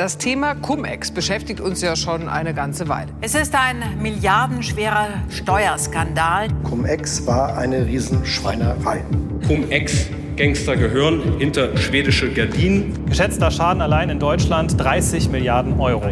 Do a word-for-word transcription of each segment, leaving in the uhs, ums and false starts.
Das Thema Cum-Ex beschäftigt uns ja schon eine ganze Weile. Es ist ein milliardenschwerer Steuerskandal. Cum-Ex war eine Riesenschweinerei. Cum-Ex-Gangster gehören hinter schwedische Gardinen. Geschätzter Schaden allein in Deutschland dreißig Milliarden Euro.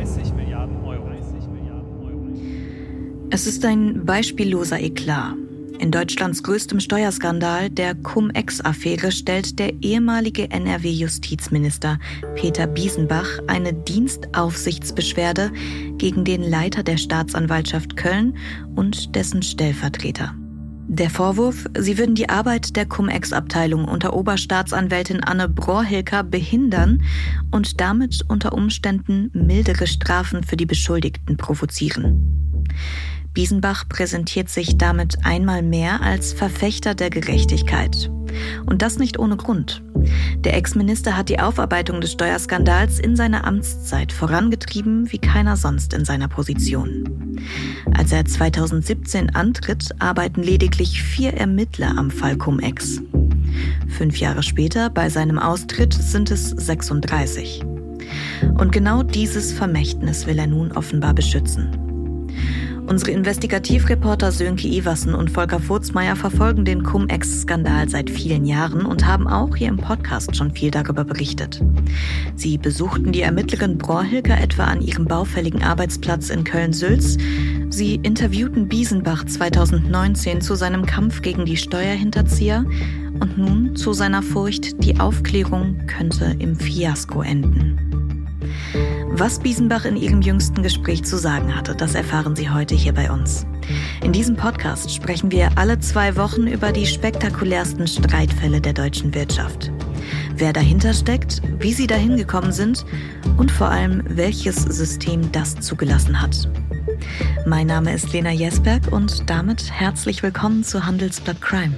Es ist ein beispielloser Eklat. In Deutschlands größtem Steuerskandal, der Cum-Ex-Affäre, stellt der ehemalige N R W-Justizminister Peter Biesenbach eine Dienstaufsichtsbeschwerde gegen den Leiter der Staatsanwaltschaft Köln und dessen Stellvertreter. Der Vorwurf, sie würden die Arbeit der Cum-Ex-Abteilung unter Oberstaatsanwältin Anne Brohilker behindern und damit unter Umständen mildere Strafen für die Beschuldigten provozieren. Biesenbach präsentiert sich damit einmal mehr als Verfechter der Gerechtigkeit. Und das nicht ohne Grund. Der Ex-Minister hat die Aufarbeitung des Steuerskandals in seiner Amtszeit vorangetrieben wie keiner sonst in seiner Position. Als er zweitausendsiebzehn antritt, arbeiten lediglich vier Ermittler am Fall Cum-Ex. Fünf Jahre später, bei seinem Austritt, sind es sechsunddreißig. Und genau dieses Vermächtnis will er nun offenbar beschützen. Unsere Investigativreporter Sönke Iversen und Volker Furzmeier verfolgen den Cum-Ex-Skandal seit vielen Jahren und haben auch hier im Podcast schon viel darüber berichtet. Sie besuchten die Ermittlerin Brohilker etwa an ihrem baufälligen Arbeitsplatz in Köln-Sülz. Sie interviewten Biesenbach zweitausendneunzehn zu seinem Kampf gegen die Steuerhinterzieher und nun zu seiner Furcht, die Aufklärung könnte im Fiasko enden. Was Biesenbach in ihrem jüngsten Gespräch zu sagen hatte, das erfahren Sie heute hier bei uns. In diesem Podcast sprechen wir alle zwei Wochen über die spektakulärsten Streitfälle der deutschen Wirtschaft. Wer dahinter steckt, wie sie dahin gekommen sind und vor allem, welches System das zugelassen hat. Mein Name ist Lena Jesberg und damit herzlich willkommen zu Handelsblatt Crime.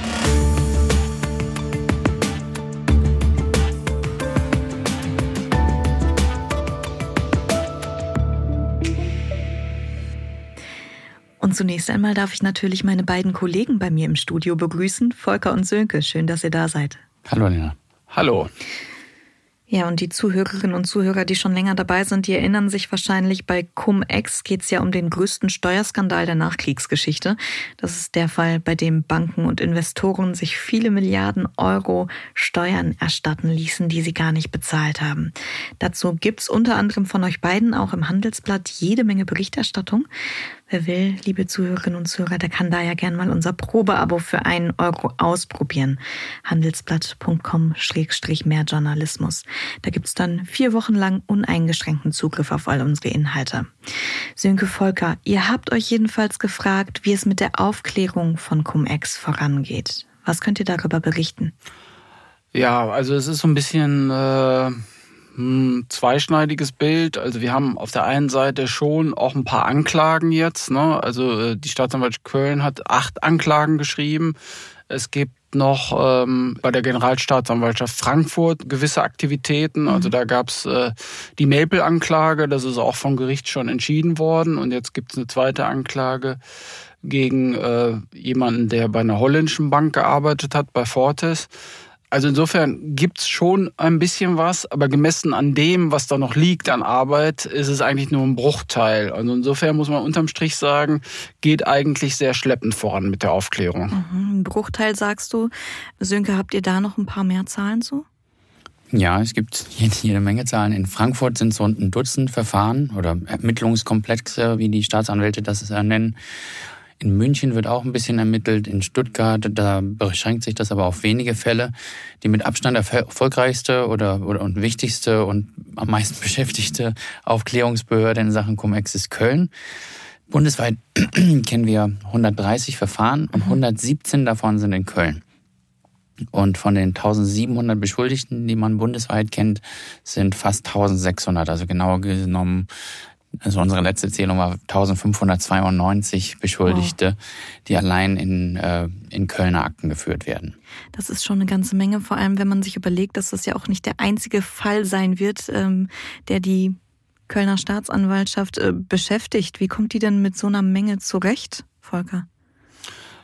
Und zunächst einmal darf ich natürlich meine beiden Kollegen bei mir im Studio begrüßen, Volker und Sönke. Schön, dass ihr da seid. Hallo, Lena. Hallo. Ja, und die Zuhörerinnen und Zuhörer, die schon länger dabei sind, die erinnern sich wahrscheinlich, bei Cum-Ex geht es ja um den größten Steuerskandal der Nachkriegsgeschichte. Das ist der Fall, bei dem Banken und Investoren sich viele Milliarden Euro Steuern erstatten ließen, die sie gar nicht bezahlt haben. Dazu gibt's unter anderem von euch beiden auch im Handelsblatt jede Menge Berichterstattung. Wer will, liebe Zuhörerinnen und Zuhörer, der kann da ja gern mal unser Probeabo für einen Euro ausprobieren. handelsblatt punkt com Schrägstrich mehr Journalismus. Da gibt's dann vier Wochen lang uneingeschränkten Zugriff auf all unsere Inhalte. Sönke, Volker, ihr habt euch jedenfalls gefragt, wie es mit der Aufklärung von Cum-Ex vorangeht. Was könnt ihr darüber berichten? Ja, also es ist so ein bisschen äh, ein zweischneidiges Bild. Also wir haben auf der einen Seite schon auch ein paar Anklagen jetzt, ne? Also die Staatsanwaltschaft Köln hat acht Anklagen geschrieben. Es gibt noch ähm, bei der Generalstaatsanwaltschaft Frankfurt gewisse Aktivitäten. Also da gab's äh, die Maple-Anklage, das ist auch vom Gericht schon entschieden worden. Und jetzt gibt's eine zweite Anklage gegen äh, jemanden, der bei einer holländischen Bank gearbeitet hat, bei Fortis. Also insofern gibt's schon ein bisschen was, aber gemessen an dem, was da noch liegt an Arbeit, ist es eigentlich nur ein Bruchteil. Also insofern muss man unterm Strich sagen, geht eigentlich sehr schleppend voran mit der Aufklärung. Mhm, ein Bruchteil sagst du. Sönke, habt ihr da noch ein paar mehr Zahlen zu? Ja, es gibt jede Menge Zahlen. In Frankfurt sind so ein Dutzend Verfahren oder Ermittlungskomplexe, wie die Staatsanwälte das nennen. In München wird auch ein bisschen ermittelt, in Stuttgart, da beschränkt sich das aber auf wenige Fälle. Die mit Abstand erfolgreichste oder, oder und wichtigste und am meisten beschäftigte Aufklärungsbehörde in Sachen Cum-Ex ist Köln. Bundesweit kennen wir hundertdreißig Verfahren und hundertsiebzehn davon sind in Köln. Und von den eintausendsiebenhundert Beschuldigten, die man bundesweit kennt, sind fast eintausendsechshundert, also genauer genommen. Also unsere letzte Zählung war eintausendfünfhundertzweiundneunzig Beschuldigte, wow, die allein in, äh, in Kölner Akten geführt werden. Das ist schon eine ganze Menge, vor allem wenn man sich überlegt, dass das ja auch nicht der einzige Fall sein wird, ähm, der die Kölner Staatsanwaltschaft äh, beschäftigt. Wie kommt die denn mit so einer Menge zurecht, Volker?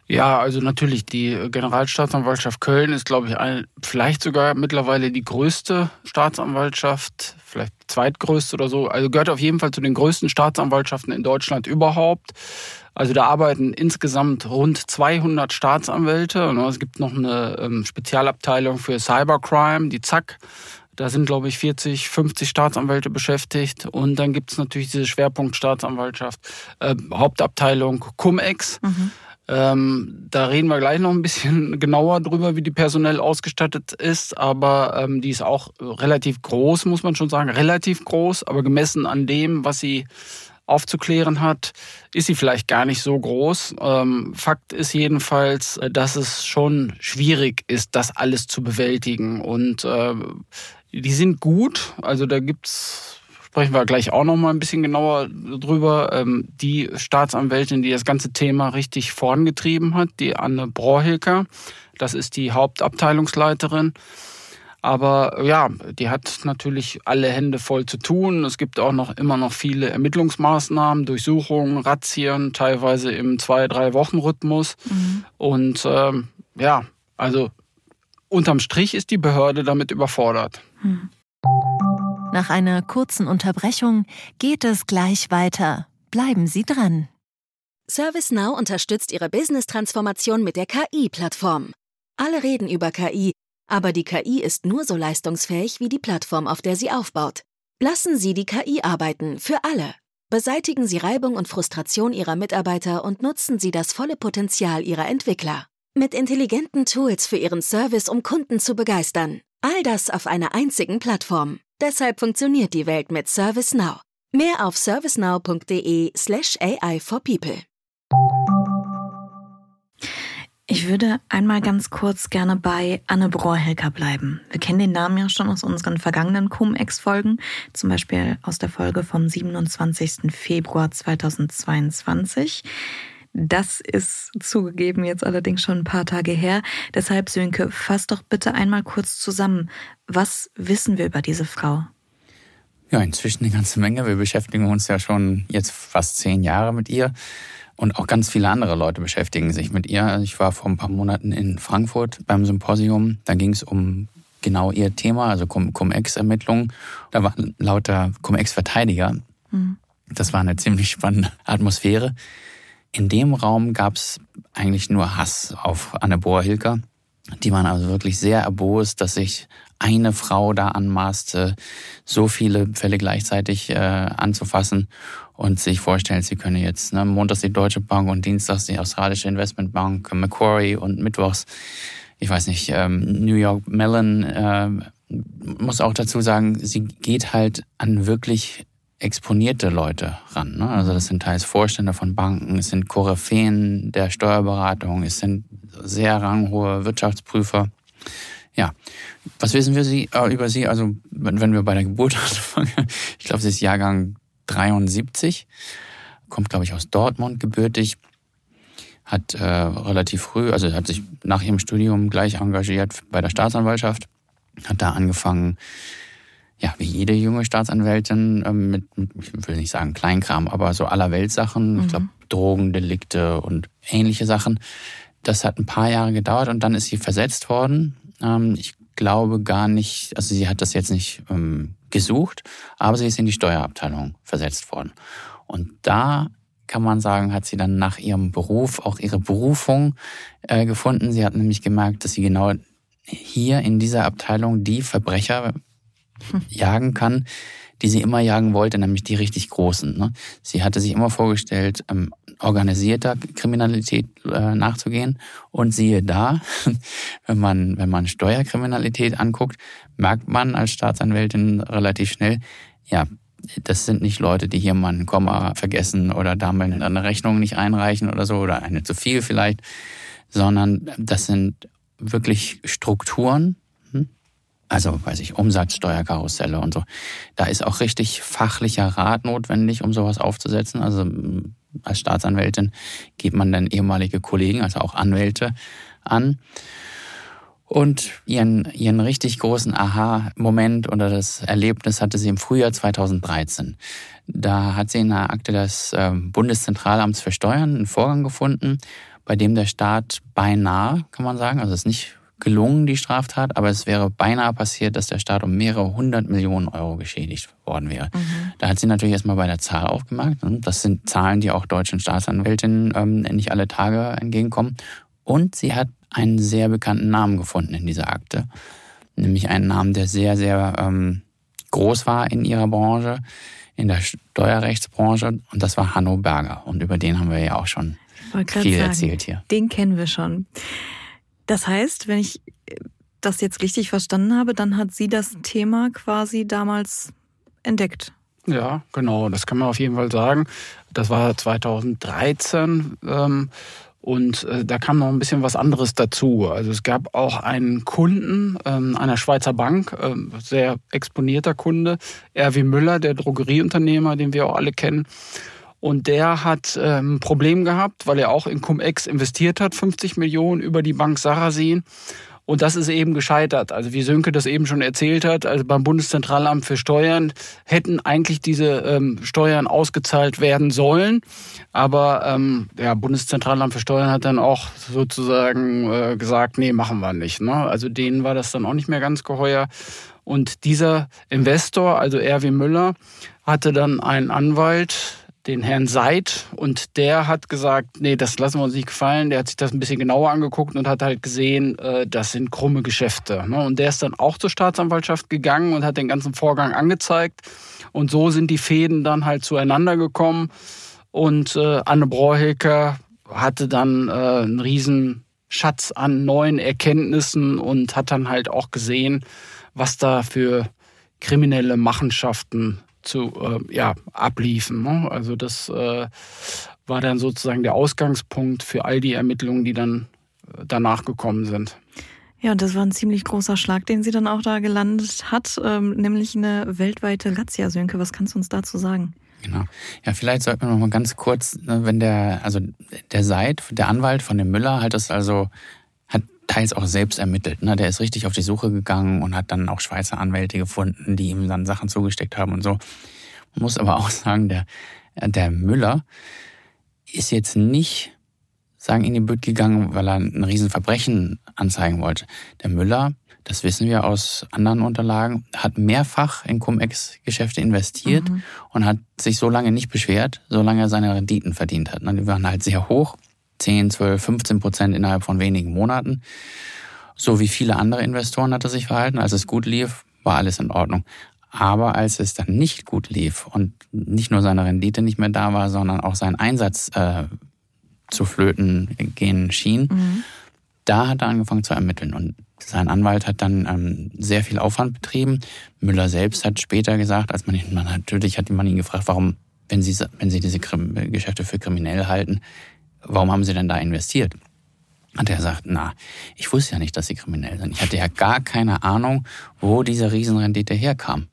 Ja, also natürlich, die Generalstaatsanwaltschaft Köln ist, glaube ich, ein, vielleicht sogar mittlerweile die größte Staatsanwaltschaft, vielleicht zweitgrößte oder so. Also gehört auf jeden Fall zu den größten Staatsanwaltschaften in Deutschland überhaupt. Also da arbeiten insgesamt rund zweihundert Staatsanwälte. Und es gibt noch eine ähm, Spezialabteilung für Cybercrime, die Z A K. Da sind, glaube ich, vierzig, fünfzig Staatsanwälte beschäftigt. Und dann gibt es natürlich diese Schwerpunktstaatsanwaltschaft, äh, Hauptabteilung Cum-Ex. Mhm. Ähm, da reden wir gleich noch ein bisschen genauer drüber, wie die personell ausgestattet ist. Aber ähm, die ist auch relativ groß, muss man schon sagen. Relativ groß, aber gemessen an dem, was sie aufzuklären hat, ist sie vielleicht gar nicht so groß. Ähm, Fakt ist jedenfalls, dass es schon schwierig ist, das alles zu bewältigen. Und äh, die sind gut. Also da gibt's, sprechen wir gleich auch noch mal ein bisschen genauer drüber. Ähm, die Staatsanwältin, die das ganze Thema richtig vorangetrieben hat, die Anne Brohilker, das ist die Hauptabteilungsleiterin. Aber ja, die hat natürlich alle Hände voll zu tun. Es gibt auch noch immer noch viele Ermittlungsmaßnahmen, Durchsuchungen, Razzien, teilweise im zwei-, drei-Wochen-Rhythmus. Mhm. Und ähm, ja, also unterm Strich ist die Behörde damit überfordert. Mhm. Nach einer kurzen Unterbrechung geht es gleich weiter. Bleiben Sie dran. ServiceNow unterstützt Ihre Business-Transformation mit der K I-Plattform. Alle reden über K I, aber die K I ist nur so leistungsfähig wie die Plattform, auf der sie aufbaut. Lassen Sie die K I arbeiten, für alle. Beseitigen Sie Reibung und Frustration Ihrer Mitarbeiter und nutzen Sie das volle Potenzial Ihrer Entwickler. Mit intelligenten Tools für Ihren Service, um Kunden zu begeistern. All das auf einer einzigen Plattform. Deshalb funktioniert die Welt mit ServiceNow. Mehr auf servicenow.de slash AI for people. Ich würde einmal ganz kurz gerne bei Anne Brohilker bleiben. Wir kennen den Namen ja schon aus unseren vergangenen Cum-Ex-Folgen, zum Beispiel aus der Folge vom siebenundzwanzigsten Februar zweitausendzweiundzwanzig. Das ist zugegeben jetzt allerdings schon ein paar Tage her. Deshalb, Sönke, fass doch bitte einmal kurz zusammen. Was wissen wir über diese Frau? Ja, inzwischen eine ganze Menge. Wir beschäftigen uns ja schon jetzt fast zehn Jahre mit ihr. Und auch ganz viele andere Leute beschäftigen sich mit ihr. Ich war vor ein paar Monaten in Frankfurt beim Symposium. Da ging es um genau ihr Thema, also Cum-Ex-Ermittlungen. Da waren lauter Cum-Ex-Verteidiger. Mhm. Das war eine ziemlich spannende Atmosphäre. In dem Raum gab es eigentlich nur Hass auf Anne Brohilker. Die waren also wirklich sehr erbost, dass sich eine Frau da anmaßte, so viele Fälle gleichzeitig äh, anzufassen und sich vorstellt, sie könne jetzt ne, montags die Deutsche Bank und dienstags die australische Investmentbank Macquarie und mittwochs, ich weiß nicht, ähm, New York Mellon. Äh, muss auch dazu sagen, sie geht halt an wirklich exponierte Leute ran. Ne? Also das sind teils Vorstände von Banken, es sind Koryphäen der Steuerberatung, es sind sehr ranghohe Wirtschaftsprüfer. Ja, was wissen wir sie, äh, über sie? Also wenn, wenn wir bei der Geburt anfangen, ich glaube, sie ist Jahrgang dreiundsiebzig, kommt, glaube ich, aus Dortmund gebürtig, hat äh, relativ früh, also hat sich nach ihrem Studium gleich engagiert bei der Staatsanwaltschaft, hat da angefangen, ja, wie jede junge Staatsanwältin, äh, mit, mit, ich will nicht sagen Kleinkram, aber so aller Weltsachen, mhm. ich glaube Drogendelikte und ähnliche Sachen. Das hat ein paar Jahre gedauert und dann ist sie versetzt worden. Ähm, ich glaube gar nicht, also sie hat das jetzt nicht ähm, gesucht, aber sie ist in die Steuerabteilung versetzt worden. Und da kann man sagen, hat sie dann nach ihrem Beruf auch ihre Berufung äh, gefunden. Sie hat nämlich gemerkt, dass sie genau hier in dieser Abteilung die Verbrecher hm. jagen kann, die sie immer jagen wollte, nämlich die richtig Großen. Ne? Sie hatte sich immer vorgestellt, ähm, organisierter Kriminalität äh, nachzugehen. Und siehe da, wenn man, wenn man Steuerkriminalität anguckt, merkt man als Staatsanwältin relativ schnell, ja, das sind nicht Leute, die hier mal ein Komma vergessen oder da mal eine Rechnung nicht einreichen oder so oder eine zu viel vielleicht, sondern das sind wirklich Strukturen, also, weiß ich, Umsatzsteuerkarusselle und so. Da ist auch richtig fachlicher Rat notwendig, um sowas aufzusetzen. Also als Staatsanwältin geht man dann ehemalige Kollegen, also auch Anwälte, an. Und ihren, ihren richtig großen Aha-Moment oder das Erlebnis hatte sie im Frühjahr zweitausenddreizehn. Da hat sie in der Akte des Bundeszentralamts für Steuern einen Vorgang gefunden, bei dem der Staat beinahe, kann man sagen, also es ist nicht gelungen, die Straftat, aber es wäre beinahe passiert, dass der Staat um mehrere hundert Millionen Euro geschädigt worden wäre. Mhm. Da hat sie natürlich erstmal bei der Zahl aufgemacht. Das sind Zahlen, die auch deutschen Staatsanwältinnen ähm, nicht alle Tage entgegenkommen. Und sie hat einen sehr bekannten Namen gefunden in dieser Akte. Nämlich einen Namen, der sehr, sehr ähm, groß war in ihrer Branche, in der Steuerrechtsbranche. Und das war Hanno Berger. Und über den haben wir ja auch schon viel sagen, erzählt hier. Den kennen wir schon. Das heißt, wenn ich das jetzt richtig verstanden habe, dann hat sie das Thema quasi damals entdeckt. Ja, genau, das kann man auf jeden Fall sagen. Das war zweitausenddreizehn ähm, und äh, da kam noch ein bisschen was anderes dazu. Also es gab auch einen Kunden ähm, einer Schweizer Bank, äh, sehr exponierter Kunde, R W Müller, der Drogerieunternehmer, den wir auch alle kennen. Und der hat ein ähm, Problem gehabt, weil er auch in Cum-Ex investiert hat, fünfzig Millionen über die Bank Sarasin. Und das ist eben gescheitert. Also wie Sönke das eben schon erzählt hat, also beim Bundeszentralamt für Steuern hätten eigentlich diese ähm, Steuern ausgezahlt werden sollen. Aber ähm, ja, Bundeszentralamt für Steuern hat dann auch sozusagen äh, gesagt, nee, machen wir nicht. Ne? Also denen war das dann auch nicht mehr ganz geheuer. Und dieser Investor, also R W Müller, hatte dann einen Anwalt, den Herrn Seid, und der hat gesagt, nee, das lassen wir uns nicht gefallen. Der hat sich das ein bisschen genauer angeguckt und hat halt gesehen, äh, das sind krumme Geschäfte. Ne? Und der ist dann auch zur Staatsanwaltschaft gegangen und hat den ganzen Vorgang angezeigt. Und so sind die Fäden dann halt zueinander gekommen. Und äh, Anne Brohilker hatte dann äh, einen riesen Schatz an neuen Erkenntnissen und hat dann halt auch gesehen, was da für kriminelle Machenschaften zu äh, ja, abliefen. Ne? Also das äh, war dann sozusagen der Ausgangspunkt für all die Ermittlungen, die dann äh, danach gekommen sind. Ja, und das war ein ziemlich großer Schlag, den sie dann auch da gelandet hat, ähm, nämlich eine weltweite Razzia. Sönke, was kannst du uns dazu sagen? Genau. Ja, vielleicht sollten wir noch mal ganz kurz, wenn der, also der Seid, der Anwalt von dem Müller, hat das also hat teils auch selbst ermittelt. Ne? Der ist richtig auf die Suche gegangen und hat dann auch Schweizer Anwälte gefunden, die ihm dann Sachen zugesteckt haben und so. Man muss aber auch sagen, der, der Müller ist jetzt nicht, sagen, in die Bütt gegangen, weil er ein Riesenverbrechen anzeigen wollte. Der Müller, das wissen wir aus anderen Unterlagen, hat mehrfach in Cum-Ex-Geschäfte investiert mhm. und hat sich so lange nicht beschwert, solange er seine Renditen verdient hat. Die waren halt sehr hoch. zehn, zwölf, fünfzehn Prozent innerhalb von wenigen Monaten. So wie viele andere Investoren hat er sich verhalten. Als es gut lief, war alles in Ordnung. Aber als es dann nicht gut lief und nicht nur seine Rendite nicht mehr da war, sondern auch sein Einsatz äh, zu flöten gehen schien, mhm. da hat er angefangen zu ermitteln. Und sein Anwalt hat dann ähm, sehr viel Aufwand betrieben. Müller selbst hat später gesagt, als man ihn, man natürlich hat man ihn gefragt, warum, wenn Sie, wenn Sie diese Krim- Geschäfte für kriminell halten, warum haben Sie denn da investiert? Und er sagt, na, ich wusste ja nicht, dass Sie kriminell sind. Ich hatte ja gar keine Ahnung, wo diese Riesenrendite herkam.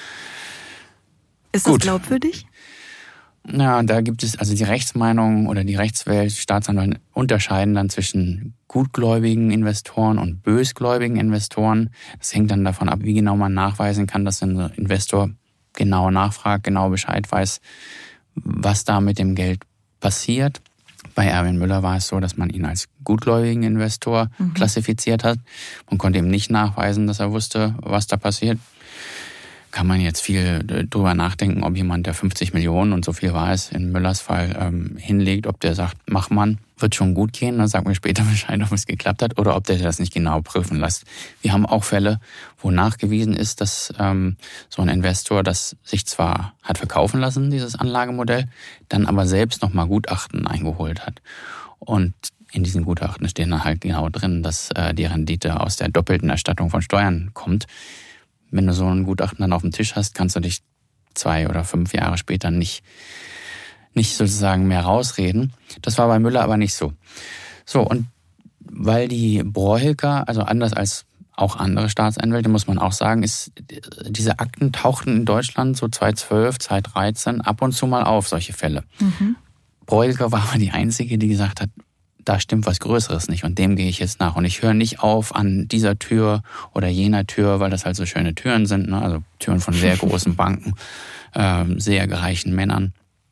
Ist das glaubwürdig? Ja, da gibt es, also die Rechtsmeinung oder die Rechtswelt, Staatsanwälte unterscheiden dann zwischen gutgläubigen Investoren und bösgläubigen Investoren. Das hängt dann davon ab, wie genau man nachweisen kann, dass ein Investor genau nachfragt, genau Bescheid weiß, was da mit dem Geld passiert. Bei Erwin Müller war es so, dass man ihn als gutgläubigen Investor mhm. klassifiziert hat. Man konnte ihm nicht nachweisen, dass er wusste, was da passiert. Kann man jetzt viel drüber nachdenken, ob jemand, der fünfzig Millionen, und so viel war es in Müllers Fall, ähm, hinlegt, ob der sagt, mach man, wird schon gut gehen, dann sagt mir später Bescheid, ob es geklappt hat, oder ob der das nicht genau prüfen lässt. Wir haben auch Fälle, wo nachgewiesen ist, dass ähm, so ein Investor das sich zwar hat verkaufen lassen, dieses Anlagemodell, dann aber selbst nochmal Gutachten eingeholt hat. Und in diesen Gutachten stehen dann halt genau drin, dass äh, die Rendite aus der doppelten Erstattung von Steuern kommt. Wenn du so ein Gutachten dann auf dem Tisch hast, kannst du dich zwei oder fünf Jahre später nicht, nicht sozusagen mehr rausreden. Das war bei Müller aber nicht so. So, und weil die Brohilker, also anders als auch andere Staatsanwälte, muss man auch sagen, ist, diese Akten tauchten in Deutschland so zweitausendzwölf, zweitausenddreizehn ab und zu mal auf, solche Fälle. Mhm. Brohilker war aber die Einzige, die gesagt hat, da stimmt was Größeres nicht und dem gehe ich jetzt nach. Und ich höre nicht auf an dieser Tür oder jener Tür, weil das halt so schöne Türen sind, ne? Also Türen von sehr großen Banken, äh, sehr reichen Männern.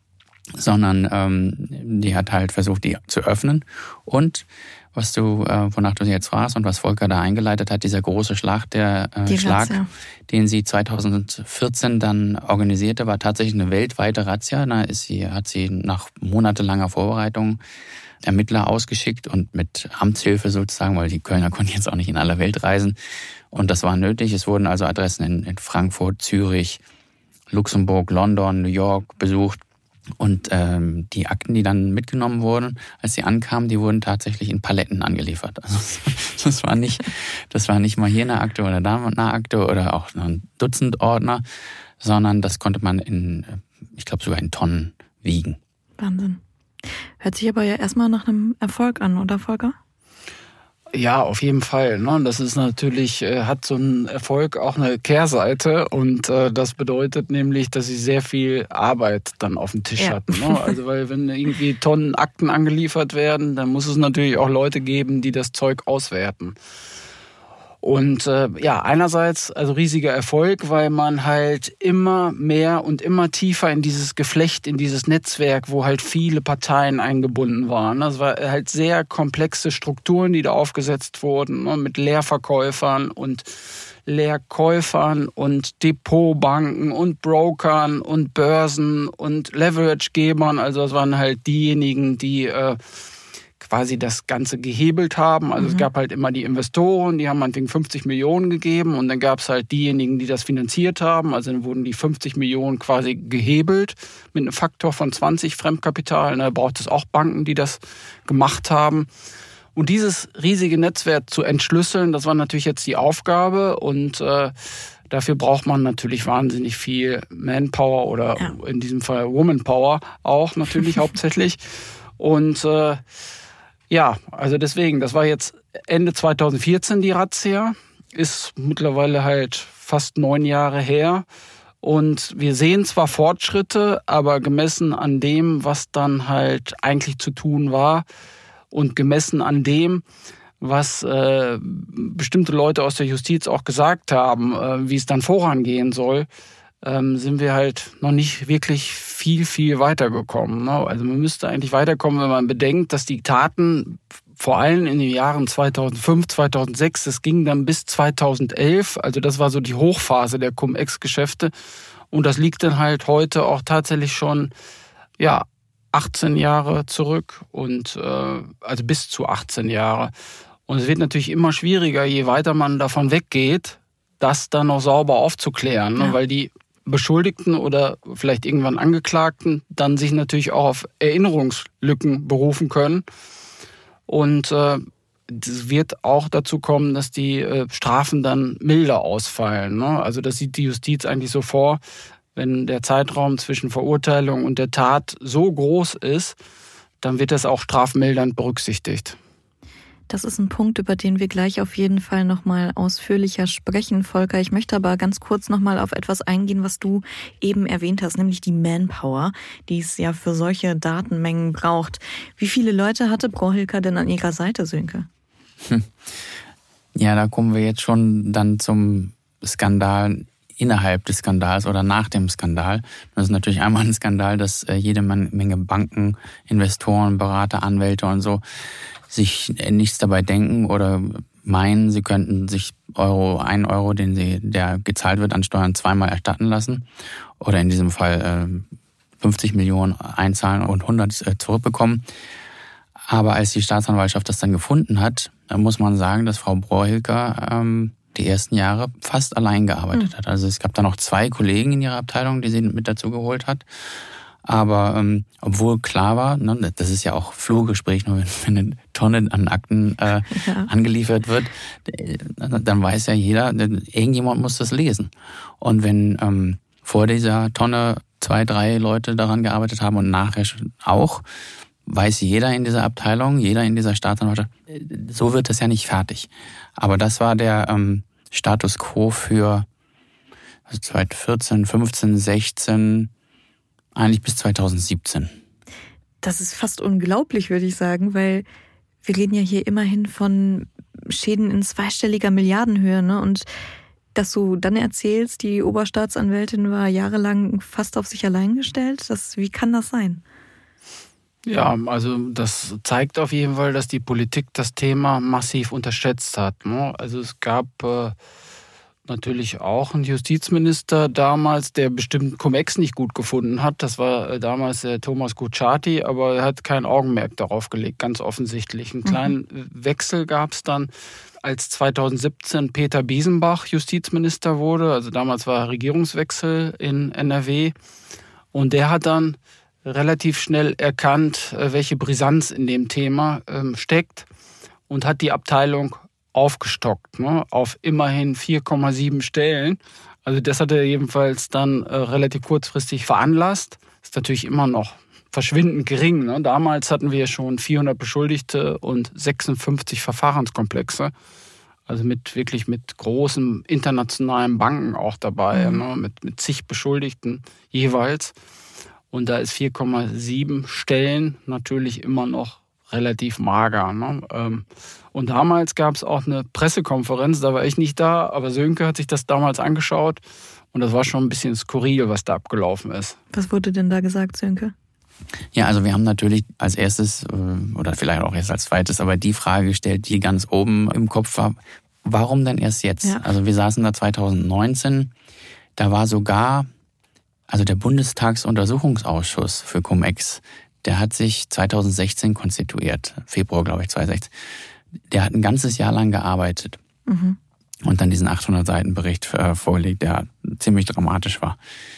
sondern ähm, die hat halt versucht, die zu öffnen. Und was du, äh, wonach du jetzt fragst und was Volker da eingeleitet hat, dieser große Schlag, der äh, die Schlag, Razzia. den sie zweitausendvierzehn dann organisierte, war tatsächlich eine weltweite Razzia. Da ist sie, hat sie nach monatelanger Vorbereitung Ermittler ausgeschickt und mit Amtshilfe sozusagen, weil die Kölner konnten jetzt auch nicht in aller Welt reisen. Und das war nötig. Es wurden also Adressen in, in Frankfurt, Zürich, Luxemburg, London, New York besucht. Und ähm, die Akten, die dann mitgenommen wurden, als sie ankamen, die wurden tatsächlich in Paletten angeliefert. Also das war nicht, das war nicht mal hier eine Akte oder da eine Akte oder auch noch ein Dutzend Ordner, sondern das konnte man in, ich glaube sogar in Tonnen wiegen. Wahnsinn. Hört sich aber ja erstmal nach einem Erfolg an, oder Volker? Ja, auf jeden Fall. Ne? Das ist natürlich, äh, hat so ein Erfolg auch eine Kehrseite und äh, das bedeutet nämlich, dass sie sehr viel Arbeit dann auf dem Tisch ja. hatten. Ne? Also weil wenn irgendwie Tonnen Akten angeliefert werden, dann muss es natürlich auch Leute geben, die das Zeug auswerten. Und äh, ja, einerseits also riesiger Erfolg, weil man halt immer mehr und immer tiefer in dieses Geflecht, in dieses Netzwerk, wo halt viele Parteien eingebunden waren. Das war halt sehr komplexe Strukturen, die da aufgesetzt wurden, ne, mit Leerverkäufern und Leerkäufern und Depotbanken und Brokern und Börsen und Leverage-Gebern. Also das waren halt diejenigen, die äh, quasi das Ganze gehebelt haben. Also mhm. es gab halt immer die Investoren, die haben meinetwegen fünfzig Millionen gegeben und dann gab es halt diejenigen, die das finanziert haben. Also dann wurden die fünfzig Millionen quasi gehebelt mit einem Faktor von zwanzig Fremdkapital. Da braucht es auch Banken, die das gemacht haben. Und dieses riesige Netzwerk zu entschlüsseln, das war natürlich jetzt die Aufgabe und äh, dafür braucht man natürlich wahnsinnig viel Manpower oder ja. in diesem Fall Womanpower auch natürlich hauptsächlich. Und äh, ja, also deswegen, das war jetzt Ende zweitausendvierzehn die Razzia, ist mittlerweile halt fast neun Jahre her. Und wir sehen zwar Fortschritte, aber gemessen an dem, was dann halt eigentlich zu tun war und gemessen an dem, was äh, bestimmte Leute aus der Justiz auch gesagt haben, äh, wie es dann vorangehen soll, ähm, sind wir halt noch nicht wirklich viel, viel weitergekommen. Ne? Also man müsste eigentlich weiterkommen, wenn man bedenkt, dass die Taten vor allem in den Jahren zweitausendfünf, zweitausendsechs, das ging dann bis zweitausendelf, also das war so die Hochphase der Cum-Ex-Geschäfte und das liegt dann halt heute auch tatsächlich schon, ja, achtzehn Jahre zurück und äh, also bis zu achtzehn Jahre. Und es wird natürlich immer schwieriger, je weiter man davon weggeht, das dann noch sauber aufzuklären, ja. ne? Weil die Beschuldigten oder vielleicht irgendwann Angeklagten dann sich natürlich auch auf Erinnerungslücken berufen können. Und äh, es wird auch dazu kommen, dass die äh, Strafen dann milder ausfallen. Ne? Also das sieht die Justiz eigentlich so vor, wenn der Zeitraum zwischen Verurteilung und der Tat so groß ist, dann wird das auch strafmildernd berücksichtigt. Das ist ein Punkt, über den wir gleich auf jeden Fall nochmal ausführlicher sprechen, Volker. Ich möchte aber ganz kurz nochmal auf etwas eingehen, was du eben erwähnt hast, nämlich die Manpower, die es ja für solche Datenmengen braucht. Wie viele Leute hatte Brohilker denn an ihrer Seite, Sönke? Hm. Ja, da kommen wir jetzt schon dann zum Skandal innerhalb des Skandals oder nach dem Skandal. Das ist natürlich einmal ein Skandal, dass jede Menge Banken, Investoren, Berater, Anwälte und so sich nichts dabei denken oder meinen, sie könnten sich Euro, ein Euro, den sie, der gezahlt wird an Steuern, zweimal erstatten lassen. Oder in diesem Fall äh, fünfzig Millionen einzahlen und hundert äh, zurückbekommen. Aber als die Staatsanwaltschaft das dann gefunden hat, dann muss man sagen, dass Frau Brohilker ähm, die ersten Jahre fast allein gearbeitet mhm. hat. Also es gab da noch zwei Kollegen in ihrer Abteilung, die sie mit dazu geholt hat. Aber ähm, obwohl klar war, ne, das ist ja auch Flurgespräch, nur wenn, wenn eine Tonne an Akten äh, ja. angeliefert wird, dann weiß ja jeder, irgendjemand muss das lesen. Und wenn ähm, vor dieser Tonne zwei, drei Leute daran gearbeitet haben und nachher auch, weiß jeder in dieser Abteilung, jeder in dieser Staatsanwaltschaft, so wird das ja nicht fertig. Aber das war der ähm, Status quo für also zweitausendvierzehn, fünfzehn, sechzehn, eigentlich bis zweitausendsiebzehn. Das ist fast unglaublich, würde ich sagen, weil wir reden ja hier immerhin von Schäden in zweistelliger Milliardenhöhe, ne? Und dass du dann erzählst, die Oberstaatsanwältin war jahrelang fast auf sich allein gestellt, das, wie kann das sein? Ja, also das zeigt auf jeden Fall, dass die Politik das Thema massiv unterschätzt hat. Ne? Also es gab äh, natürlich auch einen Justizminister damals, der bestimmt Cum-Ex nicht gut gefunden hat. Das war äh, damals der Thomas Kutschaty, aber er hat kein Augenmerk darauf gelegt, ganz offensichtlich. Einen kleinen mhm. Wechsel gab es dann, als zweitausendsiebzehn Peter Biesenbach Justizminister wurde. Also damals war Regierungswechsel in N R W. Und der hat dann relativ schnell erkannt, welche Brisanz in dem Thema ähm, steckt und hat die Abteilung aufgestockt, ne, auf immerhin vier Komma sieben Stellen. Also das hat er jedenfalls dann äh, relativ kurzfristig veranlasst. Ist natürlich immer noch verschwindend gering. Ne? Damals hatten wir schon vierhundert Beschuldigte und sechsundfünfzig Verfahrenskomplexe. Also mit wirklich mit großen internationalen Banken auch dabei, mhm. ne? mit, mit zig Beschuldigten jeweils. Und da ist vier Komma sieben Stellen natürlich immer noch relativ mager. Ne? Und damals gab es auch eine Pressekonferenz, da war ich nicht da, aber Sönke hat sich das damals angeschaut und das war schon ein bisschen skurril, was da abgelaufen ist. Was wurde denn da gesagt, Sönke? Ja, also wir haben natürlich als erstes oder vielleicht auch erst als zweites, aber die Frage gestellt, die ganz oben im Kopf war, warum denn erst jetzt? Ja. Also wir saßen da zweitausendneunzehn, da war sogar, also der Bundestagsuntersuchungsausschuss für Cum-Ex, der hat sich zweitausendsechzehn konstituiert, Februar glaube ich zweitausendsechzehn. Der hat ein ganzes Jahr lang gearbeitet mhm. und dann diesen achthundert Seiten Bericht äh, vorgelegt, der ziemlich dramatisch war.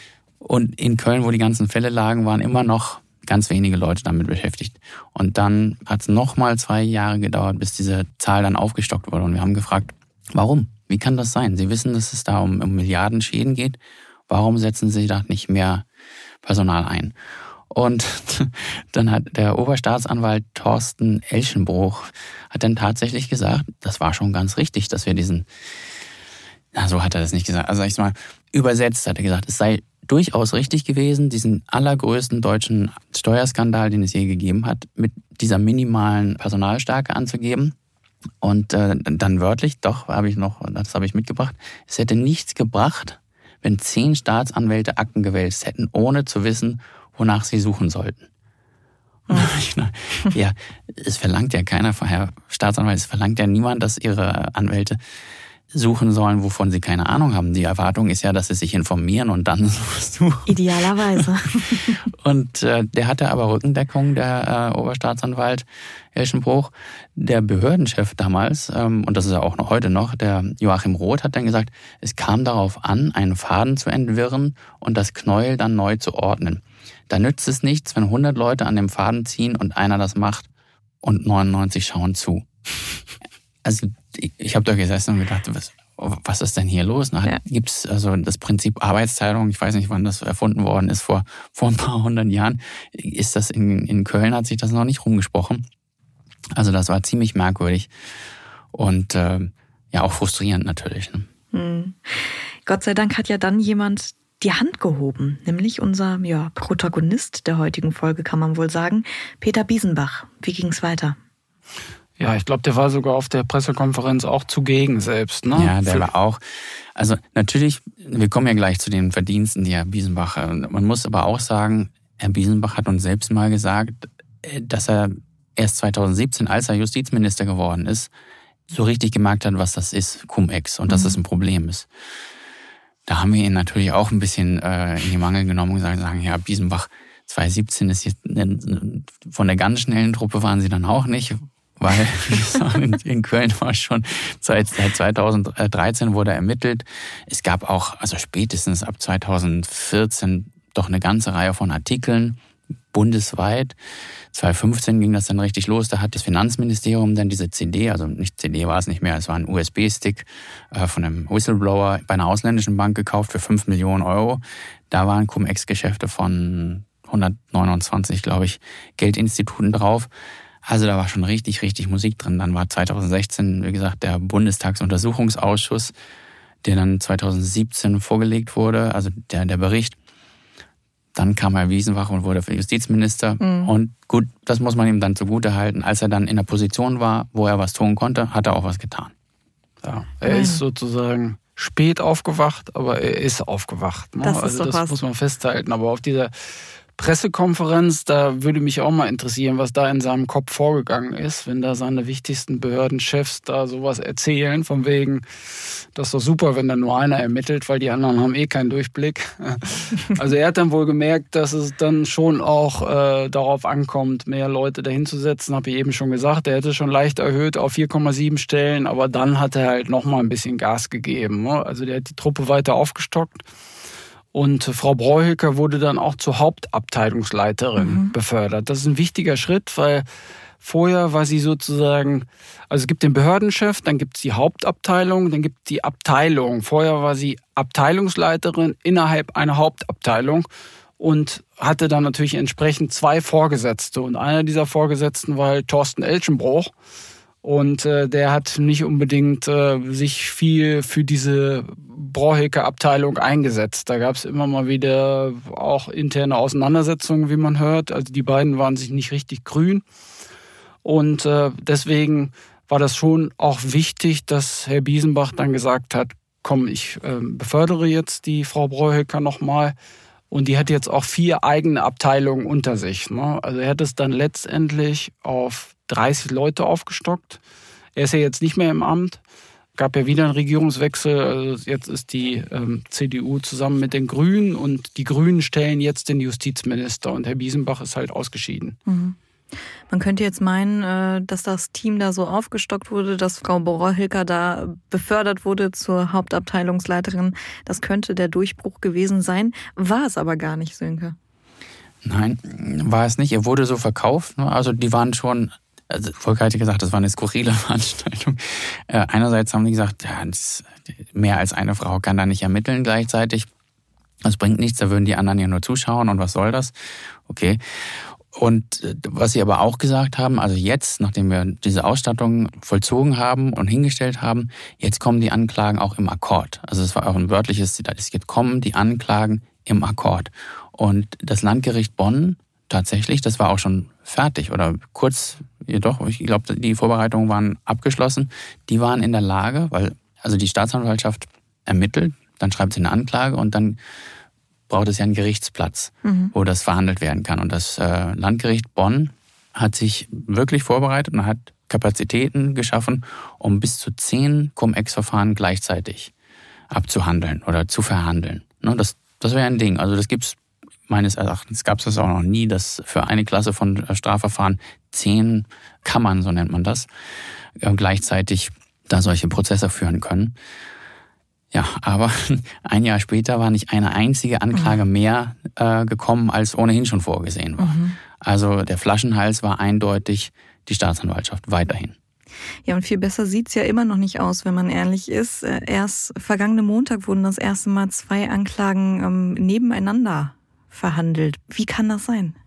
Und in Köln, wo die ganzen Fälle lagen, waren immer noch ganz wenige Leute damit beschäftigt. Und dann hat es nochmal zwei Jahre gedauert, bis diese Zahl dann aufgestockt wurde. Und wir haben gefragt, warum? Wie kann das sein? Sie wissen, dass es da um, um Milliarden Schäden geht. Warum setzen Sie da nicht mehr Personal ein? Und dann hat der Oberstaatsanwalt Thorsten Elschenbruch hat dann tatsächlich gesagt, das war schon ganz richtig, dass wir diesen, na, so hat er das nicht gesagt, also ich sag mal, übersetzt hat er gesagt, es sei durchaus richtig gewesen, diesen allergrößten deutschen Steuerskandal, den es je gegeben hat, mit dieser minimalen Personalstärke anzugeben. Und äh, dann wörtlich, doch, habe ich noch, das habe ich mitgebracht, es hätte nichts gebracht, wenn zehn Staatsanwälte Akten gewälzt hätten, ohne zu wissen, wonach sie suchen sollten. Oh. Ja, es verlangt ja keiner, Herr Staatsanwalt, es verlangt ja niemand, dass ihre Anwälte suchen sollen, wovon sie keine Ahnung haben. Die Erwartung ist ja, dass sie sich informieren und dann suchen. Idealerweise. Und äh, der hatte aber Rückendeckung, der äh, Oberstaatsanwalt Elschenbruch. Der Behördenchef damals, ähm, und das ist ja auch noch heute noch, der Joachim Roth hat dann gesagt, es kam darauf an, einen Faden zu entwirren und das Knäuel dann neu zu ordnen. Da nützt es nichts, wenn hundert Leute an dem Faden ziehen und einer das macht und neunundneunzig schauen zu. Also ich, ich habe da gesessen und gedacht, was, was ist denn hier los? Da ja. Gibt es also das Prinzip Arbeitsteilung, ich weiß nicht, wann das erfunden worden ist, vor, vor ein paar hundert Jahren. Ist das in, in Köln, hat sich das noch nicht rumgesprochen. Also das war ziemlich merkwürdig und äh, ja auch frustrierend natürlich. Ne? Hm. Gott sei Dank hat ja dann jemand die Hand gehoben, nämlich unser ja, Protagonist der heutigen Folge, kann man wohl sagen, Peter Biesenbach. Wie ging es weiter? Ja, ich glaube, der war sogar auf der Pressekonferenz auch zugegen selbst. Ne? Ja, der Für war auch. Also natürlich, wir kommen ja gleich zu den Verdiensten, die Herr Biesenbach. Man muss aber auch sagen, Herr Biesenbach hat uns selbst mal gesagt, dass er erst zweitausendsiebzehn, als er Justizminister geworden ist, so richtig gemerkt hat, was das ist, Cum-Ex, und dass das ein Problem ist. Da haben wir ihn natürlich auch ein bisschen äh, in die Mangel genommen und gesagt, sagen, ja, Biesenbach, zweitausendsiebzehn ist jetzt von der ganz schnellen Truppe waren sie dann auch nicht, weil in, in Köln war schon seit, seit zweitausenddreizehn wurde ermittelt. Es gab auch, also spätestens ab zweitausendvierzehn doch eine ganze Reihe von Artikeln bundesweit. zweitausendfünfzehn ging das dann richtig los. Da hat das Finanzministerium dann diese C D, also nicht C D war es nicht mehr, es war ein U S B-Stick äh, von einem Whistleblower bei einer ausländischen Bank gekauft für fünf Millionen Euro. Da waren Cum-Ex-Geschäfte von hundertneunundzwanzig, glaube ich, Geldinstituten drauf. Also da war schon richtig, richtig Musik drin. Dann war zweitausendsechzehn, wie gesagt, der Bundestagsuntersuchungsausschuss, der dann zweitausendsiebzehn vorgelegt wurde, also der, der Bericht. Dann kam Herr Biesenbach und wurde Justizminister. Mhm. Und gut, das muss man ihm dann zugutehalten. Als er dann in der Position war, wo er was tun konnte, hat er auch was getan. Ja, er ist sozusagen spät aufgewacht, aber er ist aufgewacht. Ne? Das ist also doch das was. muss man festhalten. Aber auf dieser Pressekonferenz, da würde mich auch mal interessieren, was da in seinem Kopf vorgegangen ist, wenn da seine wichtigsten Behördenchefs da sowas erzählen, von wegen, das ist doch super, wenn da nur einer ermittelt, weil die anderen haben eh keinen Durchblick. Also er hat dann wohl gemerkt, dass es dann schon auch äh, darauf ankommt, mehr Leute dahin zu setzen, habe ich eben schon gesagt, er hätte schon leicht erhöht auf vier Komma sieben Stellen, aber dann hat er halt nochmal ein bisschen Gas gegeben, ne? Also der hat die Truppe weiter aufgestockt. Und Frau Breuhilker wurde dann auch zur Hauptabteilungsleiterin mhm. befördert. Das ist ein wichtiger Schritt, weil vorher war sie sozusagen, also es gibt den Behördenchef, dann gibt es die Hauptabteilung, dann gibt es die Abteilung. Vorher war sie Abteilungsleiterin innerhalb einer Hauptabteilung und hatte dann natürlich entsprechend zwei Vorgesetzte. Und einer dieser Vorgesetzten war halt Thorsten Elchenbroch. Und äh, der hat nicht unbedingt äh, sich viel für diese Breuhilker-Abteilung eingesetzt. Da gab es immer mal wieder auch interne Auseinandersetzungen, wie man hört. Also die beiden waren sich nicht richtig grün. Und äh, deswegen war das schon auch wichtig, dass Herr Biesenbach dann gesagt hat, komm, ich äh, befördere jetzt die Frau Breuhilker nochmal. Und die hat jetzt auch vier eigene Abteilungen unter sich, ne? Also er hat es dann letztendlich auf dreißig Leute aufgestockt. Er ist ja jetzt nicht mehr im Amt. Gab ja wieder einen Regierungswechsel. Also jetzt ist die ähm, C D U zusammen mit den Grünen und die Grünen stellen jetzt den Justizminister und Herr Biesenbach ist halt ausgeschieden. Mhm. Man könnte jetzt meinen, dass das Team da so aufgestockt wurde, dass Frau Breuhilker da befördert wurde zur Hauptabteilungsleiterin. Das könnte der Durchbruch gewesen sein. War es aber gar nicht, Sönke. Nein, war es nicht. Er wurde so verkauft. Also die waren schon, also Volker hatte gesagt, das war eine skurrile Veranstaltung. Äh, einerseits haben die gesagt, ja, das, mehr als eine Frau kann da nicht ermitteln gleichzeitig. Das bringt nichts, da würden die anderen ja nur zuschauen und was soll das? Okay. Und was sie aber auch gesagt haben, also jetzt, nachdem wir diese Ausstattung vollzogen haben und hingestellt haben, jetzt kommen die Anklagen auch im Akkord. Also es war auch ein wörtliches Zitat, jetzt kommen die Anklagen im Akkord. Und das Landgericht Bonn, tatsächlich, das war auch schon fertig oder kurz, jedoch, ich glaube, die Vorbereitungen waren abgeschlossen. Die waren in der Lage, weil also die Staatsanwaltschaft ermittelt, dann schreibt sie eine Anklage und dann braucht es ja einen Gerichtsplatz, mhm. wo das verhandelt werden kann. Und das äh, Landgericht Bonn hat sich wirklich vorbereitet und hat Kapazitäten geschaffen, um bis zu zehn Cum-Ex-Verfahren gleichzeitig abzuhandeln oder zu verhandeln. Ne, das das wäre ein Ding. Also das gibt's meines Erachtens gab es das auch noch nie, dass für eine Klasse von Strafverfahren zehn Kammern, so nennt man das, äh, gleichzeitig da solche Prozesse führen können. Ja, aber ein Jahr später war nicht eine einzige Anklage mhm. mehr äh, gekommen, als ohnehin schon vorgesehen war. Mhm. Also der Flaschenhals war eindeutig die Staatsanwaltschaft weiterhin. Ja, und viel besser sieht's ja immer noch nicht aus, wenn man ehrlich ist. Erst vergangenen Montag wurden das erste Mal zwei Anklagen ähm, nebeneinander verhandelt. Wie kann das sein?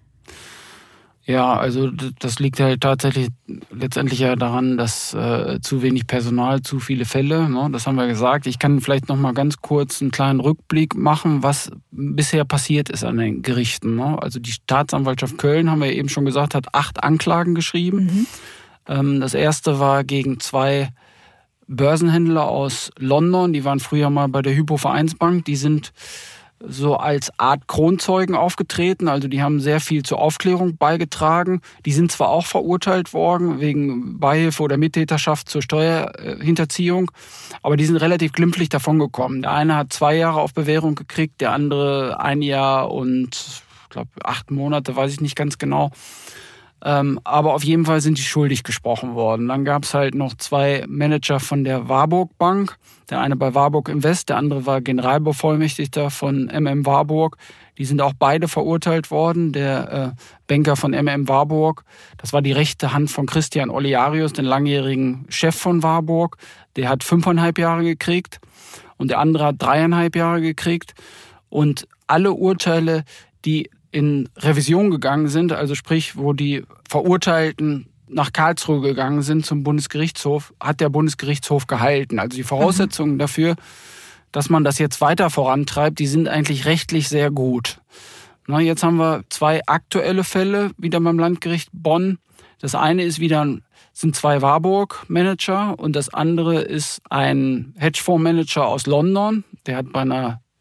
Ja, also das liegt halt tatsächlich letztendlich ja daran, dass äh, zu wenig Personal, zu viele Fälle, ne? Das haben wir gesagt. Ich kann vielleicht noch mal ganz kurz einen kleinen Rückblick machen, was bisher passiert ist an den Gerichten, ne? Also die Staatsanwaltschaft Köln, haben wir eben schon gesagt, hat acht Anklagen geschrieben. Mhm. Ähm, das erste war gegen zwei Börsenhändler aus London, die waren früher mal bei der Hypo Vereinsbank, die sind so als Art Kronzeugen aufgetreten, also die haben sehr viel zur Aufklärung beigetragen. Die sind zwar auch verurteilt worden wegen Beihilfe oder Mittäterschaft zur Steuerhinterziehung, aber die sind relativ glimpflich davongekommen. Der eine hat zwei Jahre auf Bewährung gekriegt, der andere ein Jahr und ich glaube acht Monate, weiß ich nicht ganz genau. Ähm, aber auf jeden Fall sind die schuldig gesprochen worden. Dann gab es halt noch zwei Manager von der Warburg Bank. Der eine bei Warburg Invest, der andere war Generalbevollmächtigter von M M Warburg. Die sind auch beide verurteilt worden. Der äh, Banker von M M Warburg, das war die rechte Hand von Christian Olearius, den langjährigen Chef von Warburg. Der hat fünfeinhalb Jahre gekriegt und der andere hat dreieinhalb Jahre gekriegt. Und alle Urteile, die in Revision gegangen sind, also sprich, wo die Verurteilten nach Karlsruhe gegangen sind zum Bundesgerichtshof, hat der Bundesgerichtshof gehalten. Also die Voraussetzungen mhm. dafür, dass man das jetzt weiter vorantreibt, die sind eigentlich rechtlich sehr gut. Na, jetzt haben wir zwei aktuelle Fälle wieder beim Landgericht Bonn. Das eine ist wieder, sind zwei Warburg-Manager und das andere ist ein Hedgefondsmanager aus London. Der hat bei einer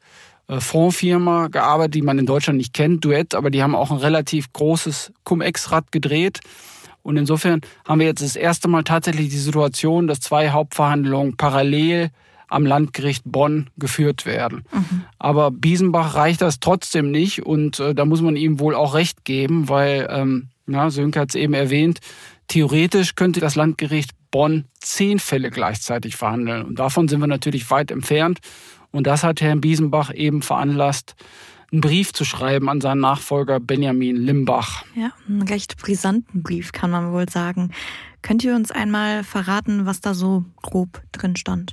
Fondsfirma gearbeitet, die man in Deutschland nicht kennt, Duett, aber die haben auch ein relativ großes Cum-Ex-Rad gedreht. Und insofern haben wir jetzt das erste Mal tatsächlich die Situation, dass zwei Hauptverhandlungen parallel am Landgericht Bonn geführt werden. Mhm. Aber Biesenbach reicht das trotzdem nicht und äh, da muss man ihm wohl auch recht geben, weil, ähm, ja, Sönke hat es eben erwähnt, theoretisch könnte das Landgericht Bonn zehn Fälle gleichzeitig verhandeln. Und davon sind wir natürlich weit entfernt. Und das hat Herrn Biesenbach eben veranlasst, einen Brief zu schreiben an seinen Nachfolger Benjamin Limbach. Ja, einen recht brisanten Brief, kann man wohl sagen. Könnt ihr uns einmal verraten, was da so grob drin stand?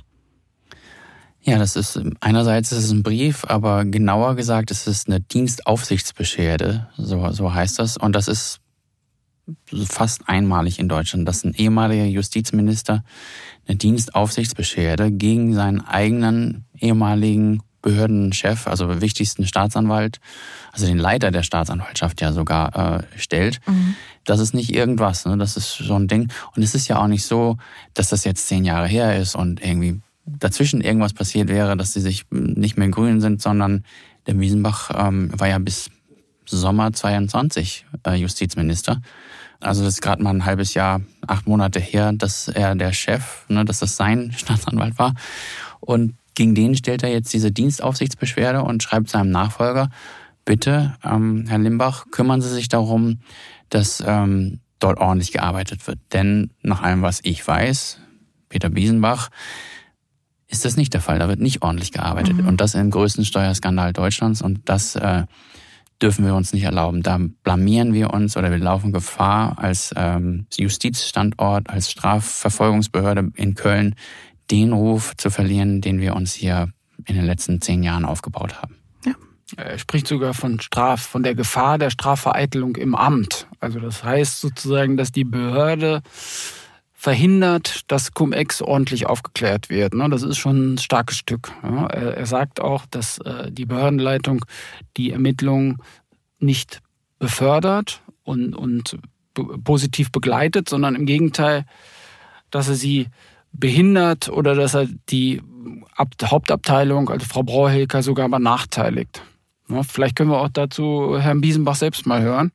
Ja, das ist, einerseits ist es ein Brief, aber genauer gesagt ist es eine Dienstaufsichtsbeschwerde, so, so heißt das. Und das ist fast einmalig in Deutschland, dass ein ehemaliger Justizminister eine Dienstaufsichtsbeschwerde gegen seinen eigenen ehemaligen Behördenchef, also wichtigsten Staatsanwalt, also den Leiter der Staatsanwaltschaft ja sogar äh, stellt. Mhm. Das ist nicht irgendwas, ne? Das ist so ein Ding. Und es ist ja auch nicht so, dass das jetzt zehn Jahre her ist und irgendwie dazwischen irgendwas passiert wäre, dass sie sich nicht mehr grün sind, sondern der Biesenbach ähm, war ja bis Sommer zweiundzwanzig äh, Justizminister. Also das ist gerade mal ein halbes Jahr, acht Monate her, dass er der Chef, ne, dass das sein Staatsanwalt war. Und gegen den stellt er jetzt diese Dienstaufsichtsbeschwerde und schreibt seinem Nachfolger, bitte, ähm, Herr Limbach, kümmern Sie sich darum, dass ähm, dort ordentlich gearbeitet wird. Denn nach allem, was ich weiß, Peter Biesenbach, ist das nicht der Fall. Da wird nicht ordentlich gearbeitet. Mhm. Und das im größten Steuerskandal Deutschlands. Und das äh, dürfen wir uns nicht erlauben. Da blamieren wir uns oder wir laufen Gefahr, als ähm, Justizstandort, als Strafverfolgungsbehörde in Köln den Ruf zu verlieren, den wir uns hier in den letzten zehn Jahren aufgebaut haben. Ja. Er spricht sogar von Straf, von der Gefahr der Strafvereitelung im Amt. Also das heißt sozusagen, dass die Behörde verhindert, dass Cum-Ex ordentlich aufgeklärt wird. Das ist schon ein starkes Stück. Er sagt auch, dass die Behördenleitung die Ermittlungen nicht befördert und, und positiv begleitet, sondern im Gegenteil, dass er sie behindert oder dass er die Hauptabteilung, also Frau Brauhilker, sogar benachteiligt. Vielleicht können wir auch dazu Herrn Biesenbach selbst mal hören.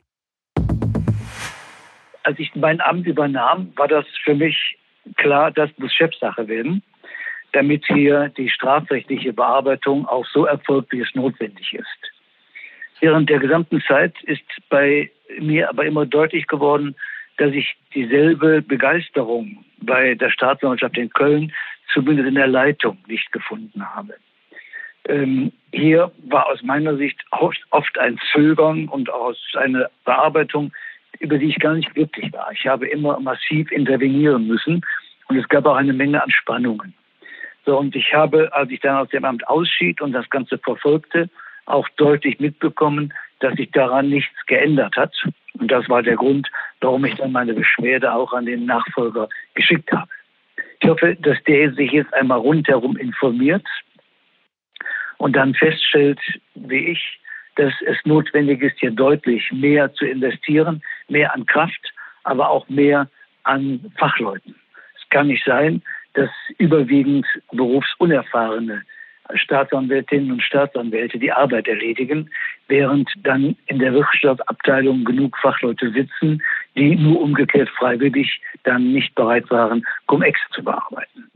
Als ich mein Amt übernahm, war das für mich klar, das muss Chefsache werden, damit hier die strafrechtliche Bearbeitung auch so erfolgt, wie es notwendig ist. Während der gesamten Zeit ist bei mir aber immer deutlich geworden, dass ich dieselbe Begeisterung bei der Staatsanwaltschaft in Köln, zumindest in der Leitung, nicht gefunden habe. Ähm, hier war aus meiner Sicht oft ein Zögern und aus einer Bearbeitung, über die ich gar nicht glücklich war. Ich habe immer massiv intervenieren müssen und es gab auch eine Menge an Spannungen. So, und ich habe, als ich dann aus dem Amt ausschied und das Ganze verfolgte, auch deutlich mitbekommen, dass sich daran nichts geändert hat. Und das war der Grund, warum ich dann meine Beschwerde auch an den Nachfolger geschickt habe. Ich hoffe, dass der sich jetzt einmal rundherum informiert und dann feststellt, wie ich, dass es notwendig ist, hier deutlich mehr zu investieren, mehr an Kraft, aber auch mehr an Fachleuten. Es kann nicht sein, dass überwiegend berufsunerfahrene Staatsanwältinnen und Staatsanwälte die Arbeit erledigen, während dann in der Wirtschaftsabteilung genug Fachleute sitzen, die nur umgekehrt freiwillig dann nicht bereit waren, Cum-Ex zu bearbeiten.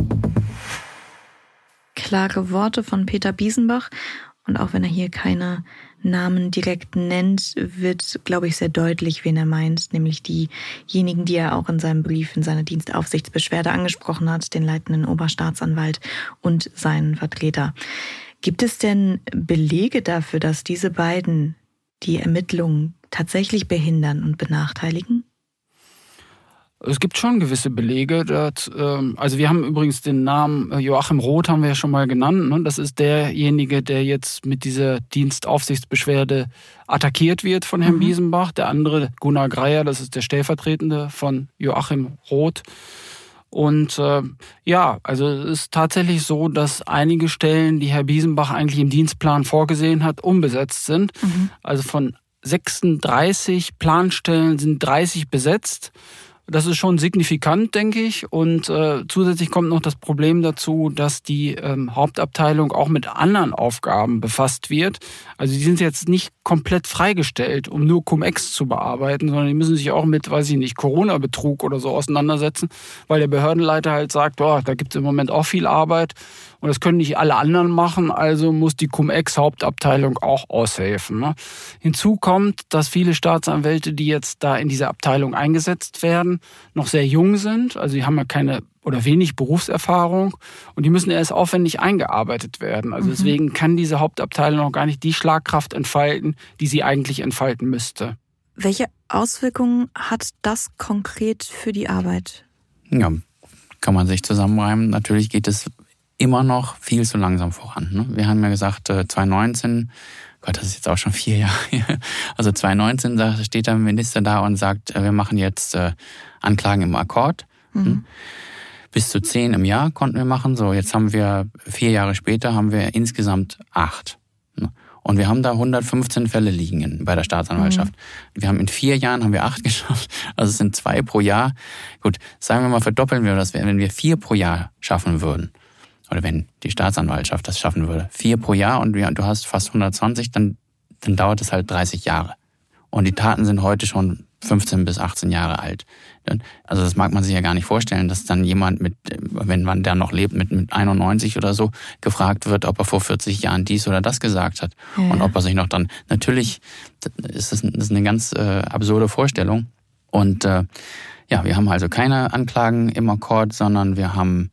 Klare Worte von Peter Biesenbach. Und auch wenn er hier keine Namen direkt nennt, wird, glaube ich, sehr deutlich, wen er meint. Nämlich diejenigen, die er auch in seinem Brief, in seiner Dienstaufsichtsbeschwerde angesprochen hat, den leitenden Oberstaatsanwalt und seinen Vertreter. Gibt es denn Belege dafür, dass diese beiden die Ermittlungen tatsächlich behindern und benachteiligen? Es gibt schon gewisse Belege. Dass, ähm, also wir haben übrigens den Namen Joachim Roth haben wir ja schon mal genannt. Ne? Das ist derjenige, der jetzt mit dieser Dienstaufsichtsbeschwerde attackiert wird von Herrn mhm. Biesenbach. Der andere, Gunnar Greier, das ist der Stellvertretende von Joachim Roth. Und äh, ja, also es ist tatsächlich so, dass einige Stellen, die Herr Biesenbach eigentlich im Dienstplan vorgesehen hat, unbesetzt sind. Mhm. Also von sechsunddreißig Planstellen sind dreißig besetzt. Das ist schon signifikant, denke ich. Und äh, zusätzlich kommt noch das Problem dazu, dass die ähm, Hauptabteilung auch mit anderen Aufgaben befasst wird. Also die sind jetzt nicht komplett freigestellt, um nur Cum-Ex zu bearbeiten, sondern die müssen sich auch mit, weiß ich nicht, Corona-Betrug oder so auseinandersetzen, weil der Behördenleiter halt sagt, oh, da gibt es im Moment auch viel Arbeit und das können nicht alle anderen machen, also muss die Cum-Ex-Hauptabteilung auch aushelfen. Ne? Hinzu kommt, dass viele Staatsanwälte, die jetzt da in dieser Abteilung eingesetzt werden, noch sehr jung sind, also die haben ja keine oder wenig Berufserfahrung und die müssen erst aufwendig eingearbeitet werden. Also deswegen kann diese Hauptabteilung noch gar nicht die Schlagkraft entfalten, die sie eigentlich entfalten müsste. Welche Auswirkungen hat das konkret für die Arbeit? Ja, kann man sich zusammenreimen. Natürlich geht es immer noch viel zu langsam voran. Ne? Wir haben ja gesagt, zwanzig neunzehn, Gott, das ist jetzt auch schon vier Jahre her, also zwanzig neunzehn steht der Minister da und sagt, wir machen jetzt Anklagen im Akkord. Mhm. Bis zu zehn im Jahr konnten wir machen. So, jetzt haben wir, vier Jahre später, haben wir insgesamt acht. Und wir haben da hundertfünfzehn Fälle liegen bei der Staatsanwaltschaft. Mhm. Wir haben in vier Jahren haben wir acht geschafft. Also es sind zwei pro Jahr. Gut, sagen wir mal, verdoppeln wir das, wenn wir vier pro Jahr schaffen würden. Oder wenn die Staatsanwaltschaft das schaffen würde. Vier pro Jahr und du hast fast hundertzwanzig, dann, dann dauert es halt dreißig Jahre. Und die Taten sind heute schon fünfzehn bis achtzehn Jahre alt. Also das mag man sich ja gar nicht vorstellen, dass dann jemand mit, wenn man da noch lebt, mit, mit einundneunzig oder so, gefragt wird, ob er vor vierzig Jahren dies oder das gesagt hat. Ja. Und ob er sich noch dann, natürlich ist das, das ist eine ganz äh, absurde Vorstellung. Und äh, ja, wir haben also keine Anklagen im Akkord, sondern wir haben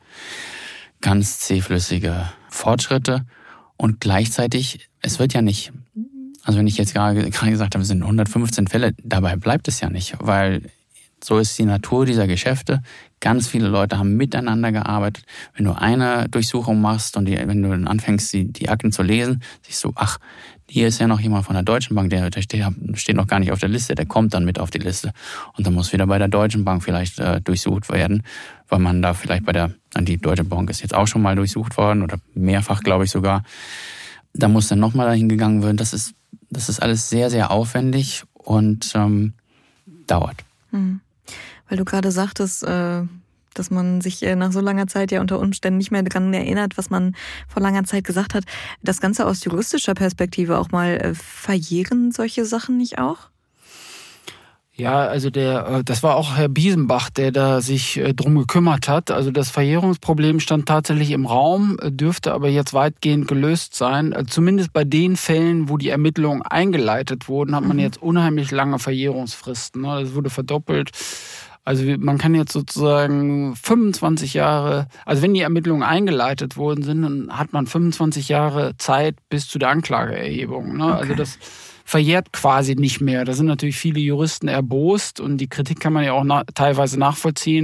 ganz zähflüssige Fortschritte. Und gleichzeitig, es wird ja nicht, also wenn ich jetzt gerade, gerade gesagt habe, es sind hundertfünfzehn Fälle, dabei bleibt es ja nicht, weil so ist die Natur dieser Geschäfte. Ganz viele Leute haben miteinander gearbeitet. Wenn du eine Durchsuchung machst und die, wenn du dann anfängst, die, die Akten zu lesen, siehst du, ach, hier ist ja noch jemand von der Deutschen Bank, der, der steht, steht noch gar nicht auf der Liste, der kommt dann mit auf die Liste. Und dann muss wieder bei der Deutschen Bank vielleicht äh, durchsucht werden, weil man da vielleicht bei der, die Deutsche Bank ist jetzt auch schon mal durchsucht worden oder mehrfach, glaube ich sogar. Da muss dann nochmal dahin gegangen werden. Das ist, das ist alles sehr, sehr aufwendig und ähm, dauert. Hm. Weil du gerade sagtest, äh, dass man sich nach so langer Zeit ja unter Umständen nicht mehr daran erinnert, was man vor langer Zeit gesagt hat. Das Ganze aus juristischer Perspektive auch mal, äh, verjähren solche Sachen nicht auch? Ja, also der, das war auch Herr Biesenbach, der da sich drum gekümmert hat. Also das Verjährungsproblem stand tatsächlich im Raum, dürfte aber jetzt weitgehend gelöst sein. Zumindest bei den Fällen, wo die Ermittlungen eingeleitet wurden, hat man jetzt unheimlich lange Verjährungsfristen. Das wurde verdoppelt. Also man kann jetzt sozusagen fünfundzwanzig Jahre, also wenn die Ermittlungen eingeleitet worden sind, dann hat man fünfundzwanzig Jahre Zeit bis zu der Anklageerhebung. Ne? Okay. Also das verjährt quasi nicht mehr. Da sind natürlich viele Juristen erbost und die Kritik kann man ja auch na- teilweise nachvollziehen,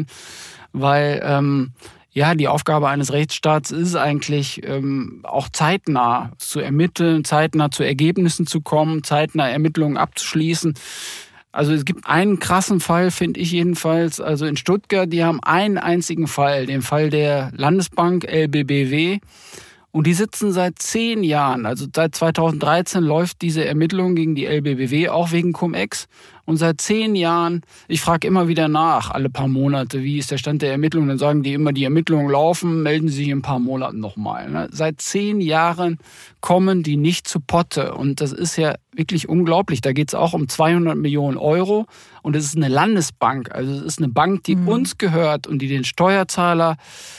weil ähm, ja die Aufgabe eines Rechtsstaats ist eigentlich ähm, auch zeitnah zu ermitteln, zeitnah zu Ergebnissen zu kommen, zeitnah Ermittlungen abzuschließen. Also es gibt einen krassen Fall, finde ich jedenfalls, also in Stuttgart, die haben einen einzigen Fall, den Fall der Landesbank L B B W. Und die sitzen seit zehn Jahren, also seit zweitausenddreizehn läuft diese Ermittlung gegen die L B B W, auch wegen Cum-Ex. Und seit zehn Jahren, ich frage immer wieder nach, alle paar Monate, wie ist der Stand der Ermittlungen? Dann sagen die immer, die Ermittlungen laufen, melden sie sich in ein paar Monaten nochmal. Ne? Seit zehn Jahren kommen die nicht zu Potte. Und das ist ja wirklich unglaublich. Da geht es auch um zweihundert Millionen Euro. Und es ist eine Landesbank, also es ist eine Bank, die mhm. uns gehört und die den Steuerzahler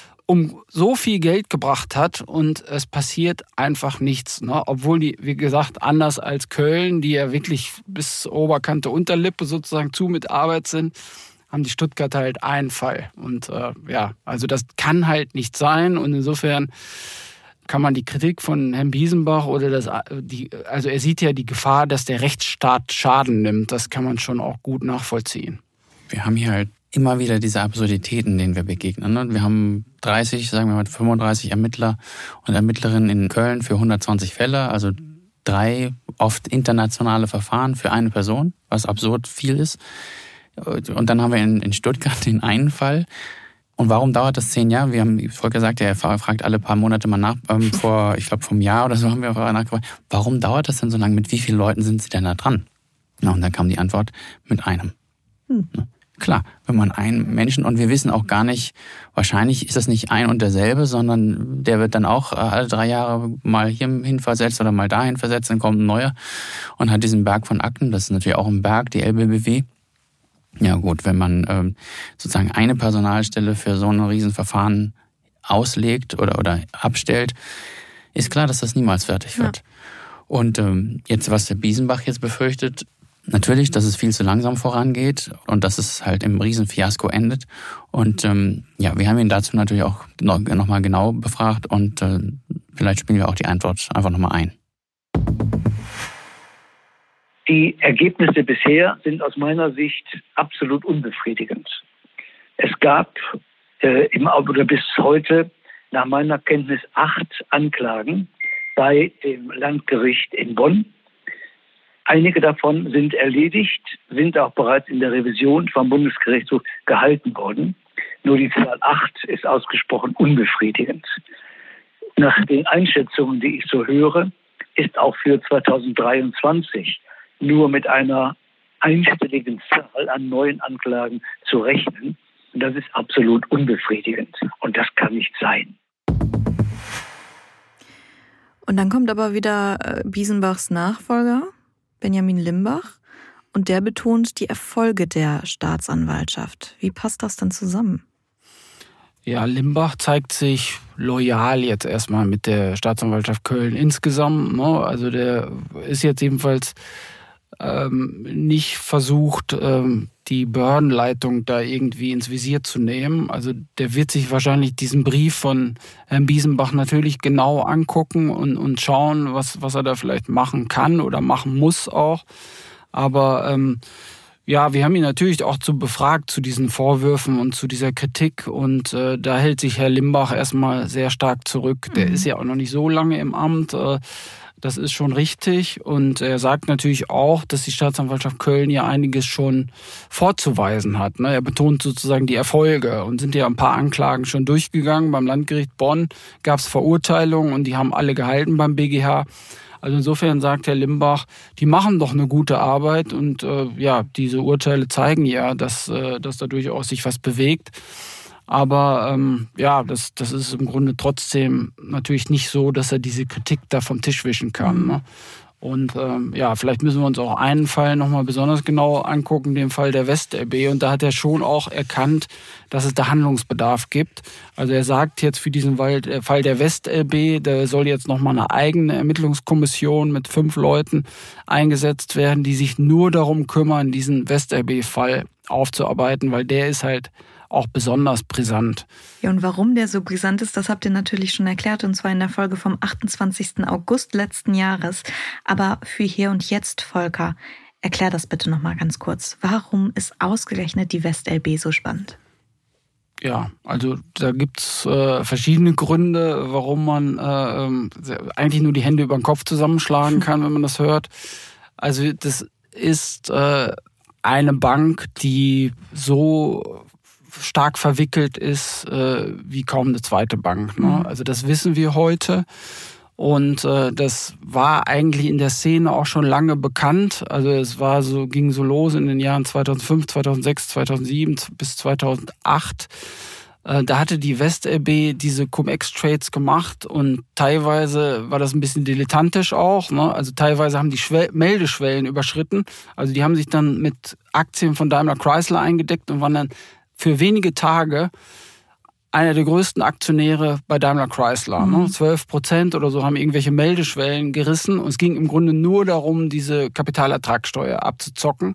um so viel Geld gebracht hat und es passiert einfach nichts. Ne? Obwohl die, wie gesagt, anders als Köln, die ja wirklich bis Oberkante Unterlippe sozusagen zu mit Arbeit sind, haben die Stuttgarter halt einen Fall. Und äh, ja, also das kann halt nicht sein. Und insofern kann man die Kritik von Herrn Biesenbach oder das, die, also er sieht ja die Gefahr, dass der Rechtsstaat Schaden nimmt. Das kann man schon auch gut nachvollziehen. Wir haben hier halt immer wieder diese Absurditäten, denen wir begegnen. Wir haben dreißig, sagen wir mal fünfunddreißig Ermittler und Ermittlerinnen in Köln für hundertzwanzig Fälle, also drei oft internationale Verfahren für eine Person, was absurd viel ist. Und dann haben wir in, in Stuttgart den einen Fall. Und warum dauert das zehn Jahre? Wir haben, wie Volker sagte, er fragt alle paar Monate mal nach. Ähm, vor, ich glaube, vom Jahr oder so haben wir nachgefragt, warum dauert das denn so lange? Mit wie vielen Leuten sind Sie denn da dran? Ja, und dann kam die Antwort, mit einem. Hm. Klar, wenn man einen Menschen, und wir wissen auch gar nicht, wahrscheinlich ist das nicht ein und derselbe, sondern der wird dann auch alle drei Jahre mal hierhin versetzt oder mal dahin versetzt, dann kommt ein neuer und hat diesen Berg von Akten. Das ist natürlich auch ein Berg, die L B B W. Ja gut, wenn man ähm, sozusagen eine Personalstelle für so ein Riesenverfahren auslegt oder, oder abstellt, ist klar, dass das niemals fertig wird. Ja. Und ähm, jetzt, was der Biesenbach jetzt befürchtet, natürlich, dass es viel zu langsam vorangeht und dass es halt im Riesenfiasko endet. Und ähm, ja, wir haben ihn dazu natürlich auch noch, noch mal genau befragt und äh, vielleicht spielen wir auch die Antwort einfach noch mal ein. Die Ergebnisse bisher sind aus meiner Sicht absolut unbefriedigend. Es gab äh, im, oder bis heute nach meiner Kenntnis acht Anklagen bei dem Landgericht in Bonn. Einige davon sind erledigt, sind auch bereits in der Revision vom Bundesgerichtshof gehalten worden. Nur die Zahl acht ist ausgesprochen unbefriedigend. Nach den Einschätzungen, die ich so höre, ist auch für zweitausenddreiundzwanzig nur mit einer einstelligen Zahl an neuen Anklagen zu rechnen. Und das ist absolut unbefriedigend. Und das kann nicht sein. Und dann kommt aber wieder Biesenbachs Nachfolger, Benjamin Limbach, und der betont die Erfolge der Staatsanwaltschaft. Wie passt das dann zusammen? Ja, Limbach zeigt sich loyal jetzt erstmal mit der Staatsanwaltschaft Köln insgesamt. Ne? Also der ist jetzt ebenfalls ähm, nicht versucht, ähm, die Behördenleitung da irgendwie ins Visier zu nehmen. Also der wird sich wahrscheinlich diesen Brief von Herrn Biesenbach natürlich genau angucken und, und schauen, was, was er da vielleicht machen kann oder machen muss auch. Aber ähm, ja, wir haben ihn natürlich auch zu befragt zu diesen Vorwürfen und zu dieser Kritik. Und äh, da hält sich Herr Limbach erstmal sehr stark zurück. Der mhm. ist ja auch noch nicht so lange im Amt. Äh, Das ist schon richtig. Und er sagt natürlich auch, dass die Staatsanwaltschaft Köln ja einiges schon vorzuweisen hat. Er betont sozusagen die Erfolge und sind ja ein paar Anklagen schon durchgegangen. Beim Landgericht Bonn gab es Verurteilungen und die haben alle gehalten beim B G H. Also insofern sagt Herr Limbach, die machen doch eine gute Arbeit. Und äh, ja, diese Urteile zeigen ja, dass, äh, dass da durchaus sich was bewegt. Aber ähm, ja, das, das ist im Grunde trotzdem natürlich nicht so, dass er diese Kritik da vom Tisch wischen kann. Ne? Und ähm, ja, vielleicht müssen wir uns auch einen Fall nochmal besonders genau angucken, den Fall der West-L B. Und da hat er schon auch erkannt, dass es da Handlungsbedarf gibt. Also er sagt jetzt für diesen Fall der West-L B, da soll jetzt nochmal eine eigene Ermittlungskommission mit fünf Leuten eingesetzt werden, die sich nur darum kümmern, diesen West-L B-Fall aufzuarbeiten, weil der ist halt auch besonders brisant. Ja, und warum der so brisant ist, das habt ihr natürlich schon erklärt, und zwar in der Folge vom achtundzwanzigsten August letzten Jahres. Aber für hier und jetzt, Volker, erklär das bitte nochmal ganz kurz. Warum ist ausgerechnet die West-L B so spannend? Ja, also da gibt's äh, verschiedene Gründe, warum man äh, eigentlich nur die Hände über den Kopf zusammenschlagen kann, wenn man das hört. Also das ist äh, eine Bank, die so stark verwickelt ist äh, wie kaum eine zweite Bank. Ne? Also das wissen wir heute. Und äh, das war eigentlich in der Szene auch schon lange bekannt. Also es war so, ging so los in den Jahren zweitausendfünf, zweitausendsechs, zweitausendsieben bis zweitausendacht. Äh, da hatte die West-L B diese Cum-Ex-Trades gemacht und teilweise war das ein bisschen dilettantisch auch. Ne? Also teilweise haben die Schwell- Meldeschwellen überschritten. Also die haben sich dann mit Aktien von Daimler Chrysler eingedeckt und waren dann für wenige Tage einer der größten Aktionäre bei Daimler Chrysler. Mhm. Ne? zwölf Prozent oder so haben irgendwelche Meldeschwellen gerissen. Und es ging im Grunde nur darum, diese Kapitalertragssteuer abzuzocken.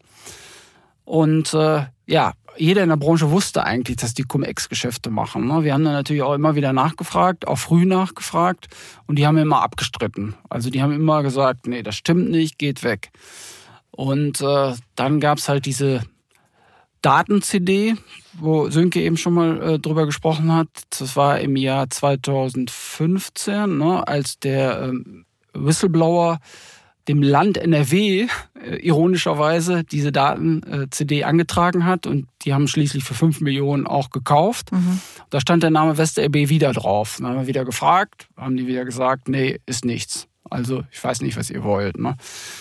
Und äh, ja, jeder in der Branche wusste eigentlich, dass die Cum-Ex-Geschäfte machen. Ne? Wir haben dann natürlich auch immer wieder nachgefragt, auch früh nachgefragt. Und die haben immer abgestritten. Also die haben immer gesagt, nee, das stimmt nicht, geht weg. Und äh, dann gab's halt diese Daten-C D, wo Sönke eben schon mal äh, drüber gesprochen hat. Das war im Jahr zweitausendfünfzehn, ne, als der ähm, Whistleblower dem Land N R W äh, ironischerweise diese Daten-C D angetragen hat und die haben schließlich für fünf Millionen auch gekauft. Mhm. Da stand der Name West-L B wieder drauf. Dann haben wir wieder gefragt, haben die wieder gesagt, nee, ist nichts. Also ich weiß nicht, was ihr wollt. Ne?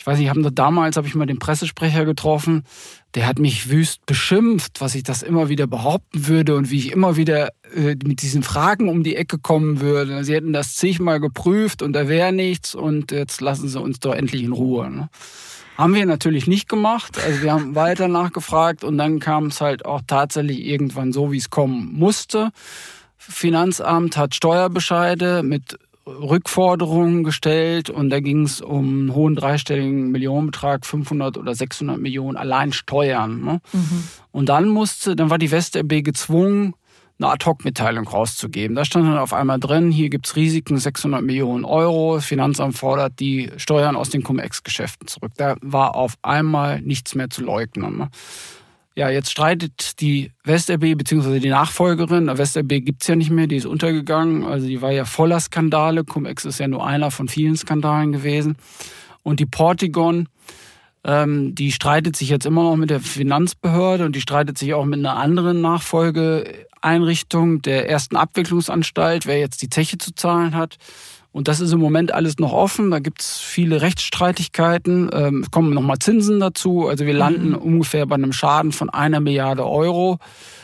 Ich weiß nicht, haben da damals habe ich mal den Pressesprecher getroffen, der hat mich wüst beschimpft, was ich das immer wieder behaupten würde und wie ich immer wieder äh, mit diesen Fragen um die Ecke kommen würde. Sie hätten das zigmal geprüft und da wäre nichts und jetzt lassen sie uns doch endlich in Ruhe. Ne? Haben wir natürlich nicht gemacht. Also wir haben weiter nachgefragt und dann kam es halt auch tatsächlich irgendwann so, wie es kommen musste. Finanzamt hat Steuerbescheide mit Rückforderungen gestellt und da ging es um einen hohen dreistelligen Millionenbetrag, fünfhundert oder sechshundert Millionen allein Steuern. Ne? Mhm. Und dann musste, dann war die WestRB gezwungen, eine Ad-Hoc-Mitteilung rauszugeben. Da stand dann auf einmal drin, hier gibt's Risiken, sechshundert Millionen Euro, das Finanzamt fordert die Steuern aus den Cum-Ex-Geschäften zurück. Da war auf einmal nichts mehr zu leugnen. Ne? Ja, jetzt streitet die WestRB bzw. die Nachfolgerin, der WestRB gibt's ja nicht mehr, die ist untergegangen, also die war ja voller Skandale, Cum-Ex ist ja nur einer von vielen Skandalen gewesen. Und die Portigon, ähm, die streitet sich jetzt immer noch mit der Finanzbehörde und die streitet sich auch mit einer anderen Nachfolgeeinrichtung der ersten Abwicklungsanstalt, wer jetzt die Zeche zu zahlen hat. Und das ist im Moment alles noch offen. Da gibt's viele Rechtsstreitigkeiten. Ähm, es kommen nochmal Zinsen dazu. Also wir landen mhm. ungefähr bei einem Schaden von einer Milliarde Euro.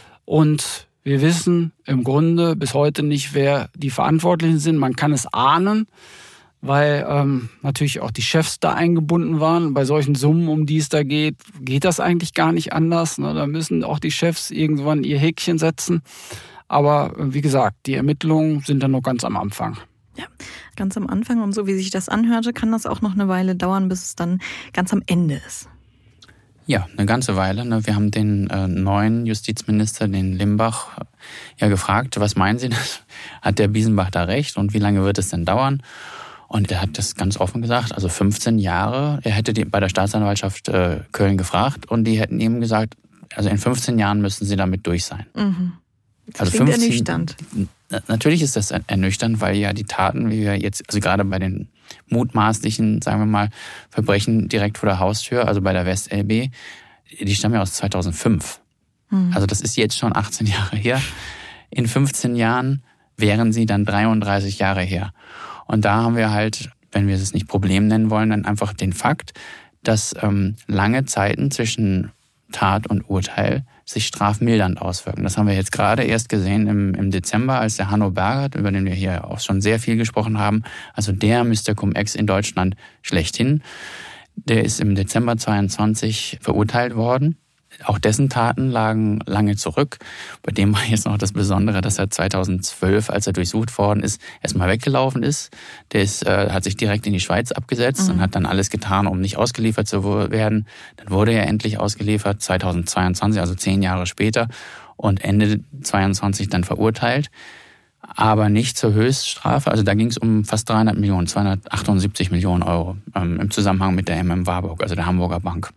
Und wir wissen im Grunde bis heute nicht, wer die Verantwortlichen sind. Man kann es ahnen, weil ähm, natürlich auch die Chefs da eingebunden waren. Bei solchen Summen, um die es da geht, geht das eigentlich gar nicht anders. Ne? Da müssen auch die Chefs irgendwann ihr Häkchen setzen. Aber wie gesagt, die Ermittlungen sind dann noch ganz am Anfang. Ja, ganz am Anfang und so wie sich das anhörte, kann das auch noch eine Weile dauern, bis es dann ganz am Ende ist. Ja, eine ganze Weile. Ne? Wir haben den äh, neuen Justizminister, den Limbach, ja gefragt, was meinen Sie, hat der Biesenbach da recht und wie lange wird es denn dauern? Und er hat das ganz offen gesagt, also fünfzehn Jahre. Er hätte die bei der Staatsanwaltschaft äh, Köln gefragt und die hätten ihm gesagt, also in fünfzehn Jahren müssen Sie damit durch sein. Mhm. Das also klingt fünfzehn, ernüchternd. Natürlich ist das ernüchternd, weil ja die Taten, wie wir jetzt, also gerade bei den mutmaßlichen, sagen wir mal, Verbrechen direkt vor der Haustür, also bei der WestRB, die stammen ja aus zweitausendfünf. Hm. Also das ist jetzt schon achtzehn Jahre her. In fünfzehn Jahren wären sie dann dreiunddreißig Jahre her. Und da haben wir halt, wenn wir es nicht Problem nennen wollen, dann einfach den Fakt, dass ähm, lange Zeiten zwischen Tat und Urteil sich strafmildernd auswirken. Das haben wir jetzt gerade erst gesehen im, im Dezember, als der Hanno Berger, über den wir hier auch schon sehr viel gesprochen haben, also der Mister Cum-Ex in Deutschland schlechthin, der ist im Dezember zweiundzwanzig verurteilt worden. Auch dessen Taten lagen lange zurück. Bei dem war jetzt noch das Besondere, dass er zweitausendzwölf, als er durchsucht worden ist, erstmal weggelaufen ist. Der ist, äh, hat sich direkt in die Schweiz abgesetzt mhm. und hat dann alles getan, um nicht ausgeliefert zu werden. Dann wurde er endlich ausgeliefert, zweitausendzweiundzwanzig, also zehn Jahre später. Und Ende zweiundzwanzig dann verurteilt. Aber nicht zur Höchststrafe. Also da ging es um fast dreihundert Millionen, zweihundertachtundsiebzig Millionen Euro ähm, im Zusammenhang mit der M M Warburg, also der Hamburger Bank.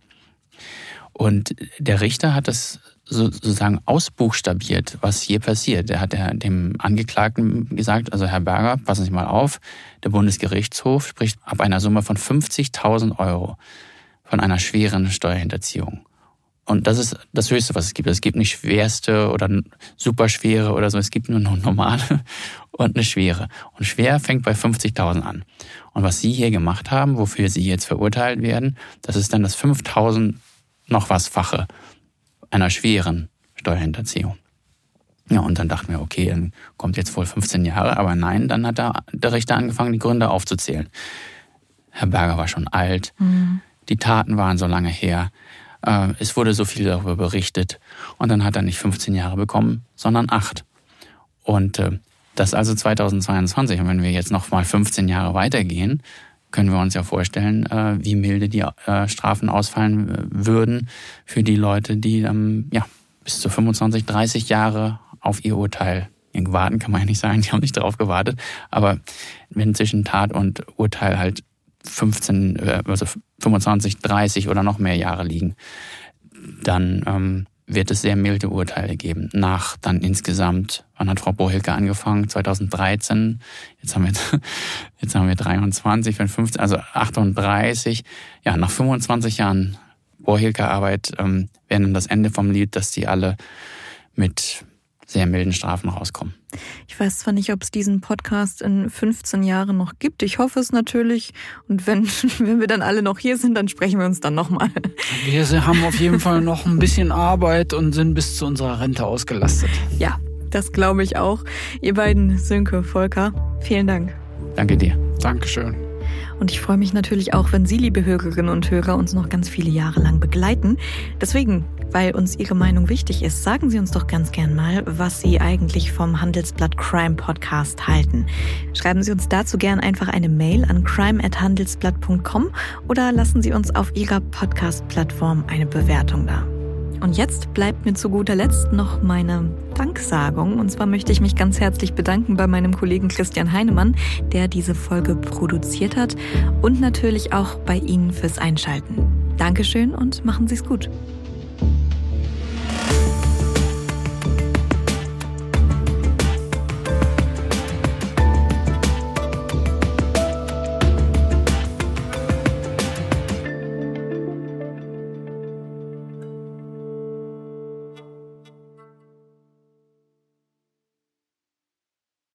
Und der Richter hat das sozusagen ausbuchstabiert, was hier passiert. Er hat dem Angeklagten gesagt, also Herr Berger, passen Sie mal auf, der Bundesgerichtshof spricht ab einer Summe von fünfzigtausend Euro von einer schweren Steuerhinterziehung. Und das ist das Höchste, was es gibt. Es gibt nicht schwerste oder superschwere oder so, es gibt nur eine normale und eine schwere. Und schwer fängt bei fünfzigtausend an. Und was Sie hier gemacht haben, wofür Sie jetzt verurteilt werden, das ist dann das fünftausend noch wasfache einer schweren Steuerhinterziehung. Ja, und dann dachten wir, okay, dann kommt jetzt wohl fünfzehn Jahre, aber nein, dann hat der, der Richter angefangen, die Gründe aufzuzählen. Herr Berger war schon alt, mhm. die Taten waren so lange her, äh, es wurde so viel darüber berichtet und dann hat er nicht fünfzehn Jahre bekommen, sondern acht. Und äh, das also zweitausendzweiundzwanzig. Und wenn wir jetzt noch mal fünfzehn Jahre weitergehen, können wir uns ja vorstellen, wie milde die Strafen ausfallen würden für die Leute, die ähm, ja, bis zu fünfundzwanzig, dreißig Jahre auf ihr Urteil warten, kann man ja nicht sagen, die haben nicht drauf gewartet. Aber wenn zwischen Tat und Urteil halt fünfzehn, also fünfundzwanzig, dreißig oder noch mehr Jahre liegen, dann ähm, wird es sehr milde Urteile geben. Nach dann insgesamt, wann hat Frau Bohilke angefangen? zweitausenddreizehn. Jetzt haben wir, jetzt haben wir dreiundzwanzig, fünfzehn, also achtunddreißig. Ja, nach fünfundzwanzig Jahren Bohilke-Arbeit ähm, wäre dann das Ende vom Lied, dass die alle mit sehr milden Strafen rauskommen. Ich weiß zwar nicht, ob es diesen Podcast in fünfzehn Jahren noch gibt. Ich hoffe es natürlich. Und wenn, wenn wir dann alle noch hier sind, dann sprechen wir uns dann nochmal. Wir haben auf jeden Fall noch ein bisschen Arbeit und sind bis zu unserer Rente ausgelastet. Ja, das glaube ich auch. Ihr beiden, Sönke, Volker, vielen Dank. Danke dir. Dankeschön. Und ich freue mich natürlich auch, wenn Sie, liebe Hörerinnen und Hörer, uns noch ganz viele Jahre lang begleiten. Deswegen, weil uns Ihre Meinung wichtig ist, sagen Sie uns doch ganz gern mal, was Sie eigentlich vom Handelsblatt Crime Podcast halten. Schreiben Sie uns dazu gern einfach eine Mail an crime at handelsblatt punkt com oder lassen Sie uns auf Ihrer Podcast-Plattform eine Bewertung da. Und jetzt bleibt mir zu guter Letzt noch meine Danksagung. Und zwar möchte ich mich ganz herzlich bedanken bei meinem Kollegen Christian Heinemann, der diese Folge produziert hat. Und natürlich auch bei Ihnen fürs Einschalten. Dankeschön und machen Sie es gut.